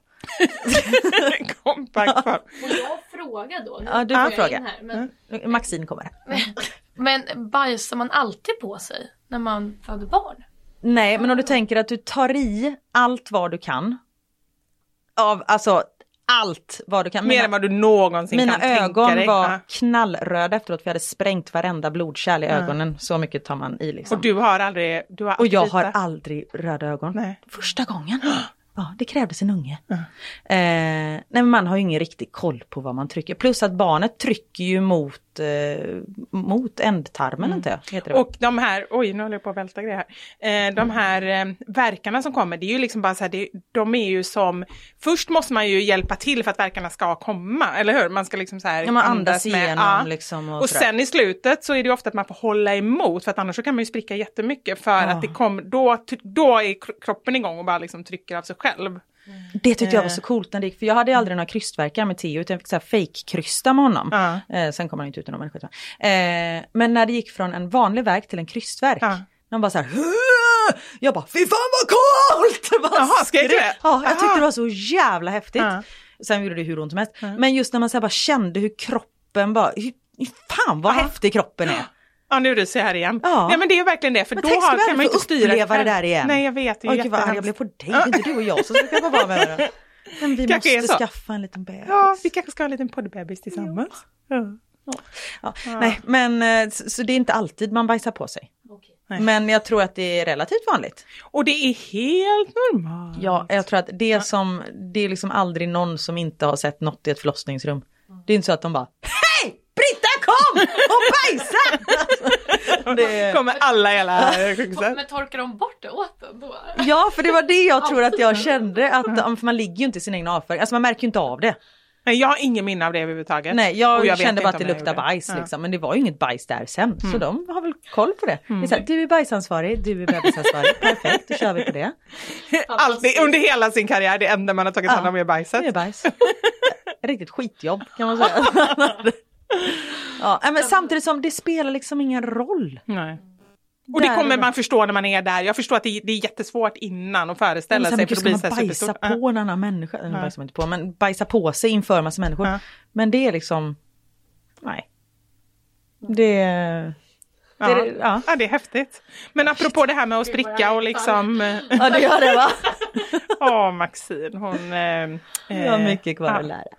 Kompakt form. Får jag fråga då? Nu ja, du får fråga. Här, men... mm. Maxine kommer. Men, men bajsar man alltid på sig när man föder barn? Nej, men om du tänker att du tar i allt vad du kan. Av, alltså allt vad du kan. Mer än vad du någonsin mina kan tänka dig. Mina ögon var knallröda efteråt, för jag hade sprängt varenda blodkärl i mm. ögonen. Så mycket tar man i liksom. Och du har aldrig... Du har och jag vita. har aldrig röda ögon. Nej. Första gången. Ja, det krävdes en unge. Mm. Eh, nej, men man har ju ingen riktig koll på vad man trycker. Plus att barnet trycker ju mot, eh, mot ändtarmen, mm. inte heter det. Och de här, oj nu håller jag på att välta grejer här. Eh, de här eh, verkarna som kommer, det är ju liksom bara så här, det, de är ju som, först måste man ju hjälpa till för att verkarna ska komma, eller hur? Man ska liksom så här ja, man andas, andas med, igenom ja. liksom. Och, och sen i slutet så är det ju ofta att man får hålla emot, för att annars så kan man ju spricka jättemycket, för ja. att det kommer, då, då är kroppen igång och bara liksom trycker av sig själv. Mm. Det tyckte jag var så coolt när det gick, för jag hade aldrig några krystverkar med Theo, utan jag fick så här fake-krysta med honom. Ja. Eh, sen kom han inte ut i någon människa. Eh, men när det gick från en vanlig verk till en krystverk, ja. de bara så här, jag bara, fy fan vad coolt! Jaha, ska jag det? Ja, jag tyckte det var så jävla häftigt. Ja. Sen gjorde det hur ont som helst. Ja. Men just när man så här bara kände hur kroppen bara, hur, fan vad ja. häftig kroppen är. Ja, nu ryser jag här igen. Ja. Nej, men det är verkligen det. För men då har, kan man inte styra uppleva det där igen. Nej, jag vet. Det är Oj, vad arg jag blev på dig. Det är inte du och jag som ska vara med det. Men vi kanske måste skaffa en liten bebis. Ja, vi kanske ska ha en liten poddbebis tillsammans. Ja. Ja. Ja. Ja. Nej, men så, så det är inte alltid man bajsar på sig. Okay. Men jag tror att det är relativt vanligt. Och det är helt normalt. Ja, jag tror att det är som, det är liksom aldrig någon som inte har sett något i ett förlossningsrum. Det är inte så att de bara, hej! Britta kom och bajsa! Det kommer alla hela sjukhuset. Men torkar de bort det åt dem då? Ja, för det var det jag tror att jag kände. Att, för man ligger ju inte i sin egna avföring. Alltså man märker ju inte av det. Nej, jag har ingen minne av det överhuvudtaget. Nej, jag, jag kände bara att det luktar bajs. Ja. Liksom, men det var ju inget bajs där sen. Mm. Så de har väl koll på det. Mm. Det är så här, du är bajsansvarig, du är bebisansvarig. Perfekt, då kör vi på det. Alltid, under hela sin karriär, det enda man har tagit hand om är bajset. Det är bajs. Riktigt skitjobb kan man säga. Ja, men samtidigt som det spelar liksom ingen roll. Nej. Och det kommer man förstå när man är där. Jag förstår att det är, det är jättesvårt innan att föreställa sig. För ska man bajsa på en annan människa. Ja. Bajsar man inte på, men bajsa på sig inför massa människor. Ja. Men det är liksom, nej. Det... Ja. Det, ja. ja, det är häftigt. Men apropå det här med att spricka och liksom... Ja, det gör det va? Ja, oh, Maxine, hon... Eh, jag har mycket kvar ja. att lära.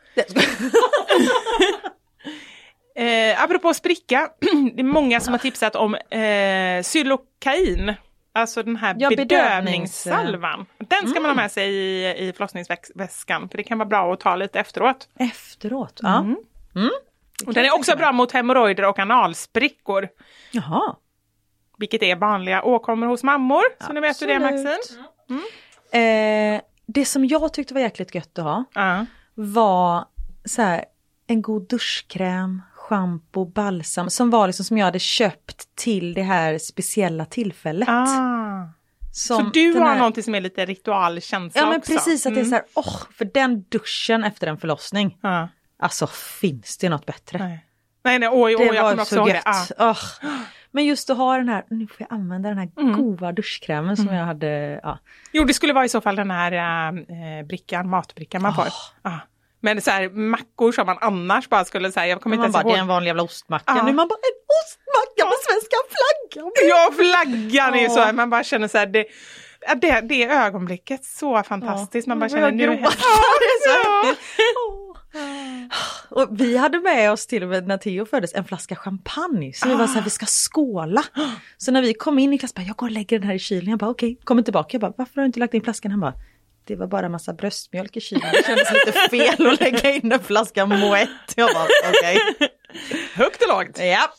eh, apropå spricka, det är många som har tipsat om eh, Xylocain. Alltså den här ja, bedövningssalvan. Den ska mm. man ha med sig i, i förlossningsväskan. För det kan vara bra att ta lite efteråt. Efteråt, ja. Mm. Mm. Och den är också bra mot hemorrojder och analsprickor. Jaha. Vilket är vanliga åkommor hos mammor. Så Absolut. ni vet hur det är, Maxine. Mm. Eh, det som jag tyckte var jäkligt gött att ha uh. var så här, en god duschkräm, shampoo, balsam som var liksom som jag hade köpt till det här speciella tillfället. Ah. Så du har här... någonting som är lite ritualkänsla Ja men också. precis, att mm. det är så här, åh, oh, för den duschen efter en förlossning. Uh. Alltså finns det något bättre? Nej, nej, nej oj, oj, det jag var kommer också så ihåg gött. det. Ah. Oh. Men just att ha den här, nu får jag använda den här mm. goda duschkrämen som mm. jag hade. Ja. Jo, det skulle vara i så fall den här äh, brickan, matbrickan man får. Oh. Ah. Men så här mackor som man annars bara skulle säga, jag kommer man inte bara, ens ihåg. det är en vanlig jävla ostmacka. Ah. Nu man bara, en ostmacka med svenska flaggan. Ja, flaggan oh. är så här, man bara känner så här, det, det, det är ögonblicket så fantastiskt. Man bara känner nu. Ja, det är så ja. häftigt. Och vi hade med oss till och med när Theo föddes en flaska champagne. Så ah. vi var så här, vi ska skåla. Så när vi kom in i klass, bara, jag går och lägger den här i kylen. Jag bara, okej, okay. Kommer tillbaka. Jag bara, varför har du inte lagt in flaskan? Han bara, det var bara en massa bröstmjölk i kylen. Det kändes lite fel att lägga in en flaska Moët. Jag bara, okej. Okay. Högt och lågt. Japp.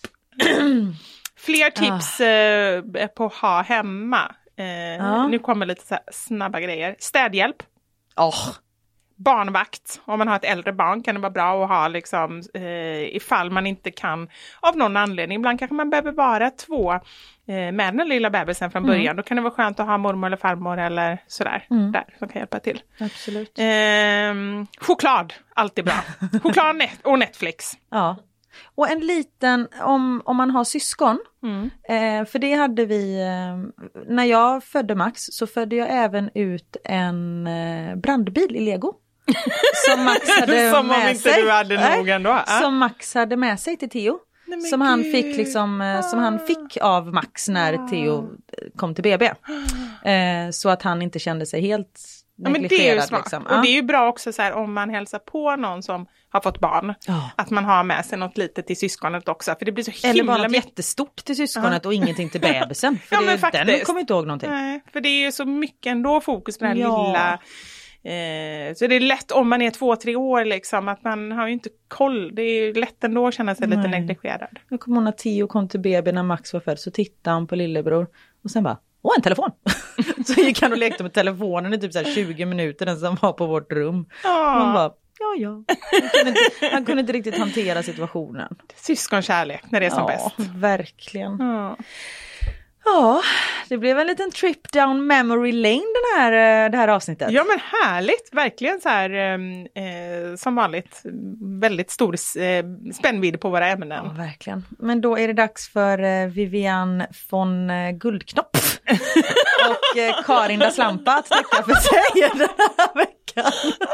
Fler tips ah. eh, på att ha hemma. Eh, ah. Nu kommer lite så här snabba grejer. Städhjälp. Oh. Barnvakt, om man har ett äldre barn kan det vara bra att ha liksom, eh, ifall man inte kan av någon anledning. Ibland kanske man behöver vara två eh, med den lilla bebisen från början. Mm. Då kan det vara skönt att ha mormor eller farmor eller sådär mm. där som kan hjälpa till. Absolut. Eh, choklad, alltid bra. Choklad och Netflix. Ja. Och en liten, om, om man har syskon, mm. eh, för det hade vi, eh, när jag födde Max så födde jag även ut en eh, brandbil i Lego. Som Max hade som med om inte sig. Du hade nog ändå. Äh? Som Max hade med sig till Theo. Nej, som han fick liksom, ah. som han fick av Max när ah. Theo kom till B B. Eh, så att han inte kände sig helt ja, men det är ju smart. Liksom. Och det är ju bra också så här, om man hälsar på någon som har fått barn. Ja. Att man har med sig något litet till syskonet också. För det blir så himla Eller bara något mycket jättestort till syskonet ja. Och ingenting till bebisen. För ja, det, men faktiskt. Den kommer inte ihåg någonting. Nej, för det är ju så mycket ändå fokus på det här ja. lilla. Eh, så det är lätt om man är två, tre år liksom. Att man har ju inte koll. Det är ju lätt ändå att känna sig Nej. lite negligerad. Jag kommer ihåg när Theo kom till B B när Max var född. Så tittade han på lillebror. Och sen bara, åh en telefon. Så gick han och lekte med telefonen i typ så här tjugo minuter. Den som var på vårt rum. Ja. Och han bara, ja ja. Han kunde, inte, han kunde inte riktigt hantera situationen. Syskonkärlek när det är som ja, bäst. Verkligen. Ja. Ja, det blev en liten trip down memory lane den här, det här avsnittet. Ja men härligt, verkligen så här eh, som vanligt väldigt stor eh, spännvidd på våra ämnen. Ja, verkligen. Men då är det dags för eh, Vivian von eh, Guldknopp och eh, Karin da Slampa att tacka för sig den här veckan.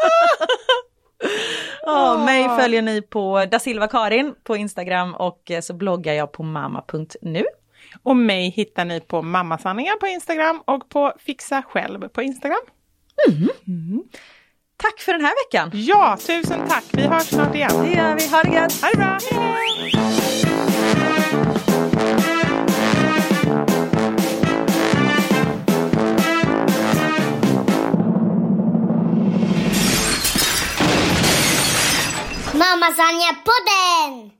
Ja, oh, mig följer ni på Da Silva Karin på Instagram och eh, så bloggar jag på mamma punkt nu. Och mig hittar ni på Mammasanningar på Instagram och på Fixa Själv på Instagram. Mm. Mm. Tack för den här veckan. Ja, tusen tack. Vi hörs snart igen. Det gör vi. Ha det gött. Ha det bra. Hej, hej. Mammasanningar-podden!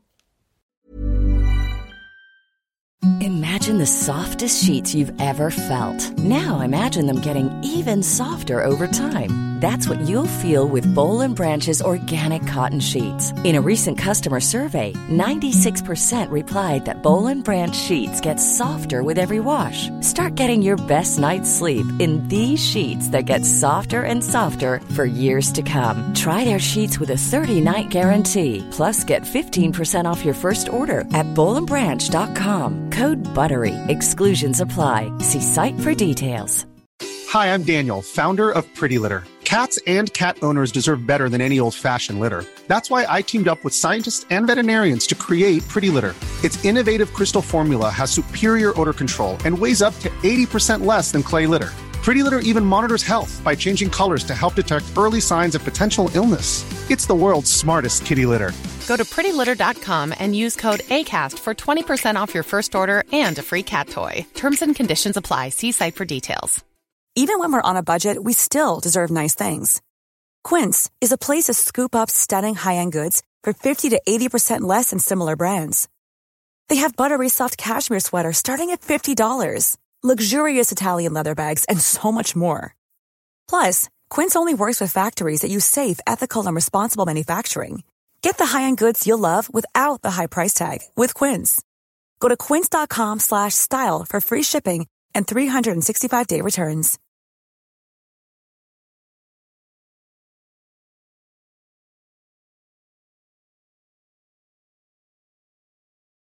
Imagine the softest sheets you've ever felt. Now imagine them getting even softer over time. That's what you'll feel with Boll and Branch's organic cotton sheets. In a recent customer survey, ninety-six percent replied that Boll and Branch sheets get softer with every wash. Start getting your best night's sleep in these sheets that get softer and softer for years to come. Try their sheets with a thirty-night guarantee. Plus, get fifteen percent off your first order at boll and branch dot com. Code BUTTERY. Exclusions apply. See site for details. Hi, I'm Daniel, founder of Pretty Litter. Cats and cat owners deserve better than any old-fashioned litter. That's why I teamed up with scientists and veterinarians to create Pretty Litter. Its innovative crystal formula has superior odor control and weighs up to eighty percent less than clay litter. Pretty Litter even monitors health by changing colors to help detect early signs of potential illness. It's the world's smartest kitty litter. Go to pretty litter dot com and use code ACAST for twenty percent off your first order and a free cat toy. Terms and conditions apply. See site for details. Even when we're on a budget, we still deserve nice things. Quince is a place to scoop up stunning high-end goods for fifty to eighty percent less than similar brands. They have buttery soft cashmere sweaters starting at fifty dollars, luxurious Italian leather bags, and so much more. Plus, Quince only works with factories that use safe, ethical, and responsible manufacturing. Get the high-end goods you'll love without the high price tag with Quince. Go to quince dot com slash style for free shipping and three sixty-five day returns.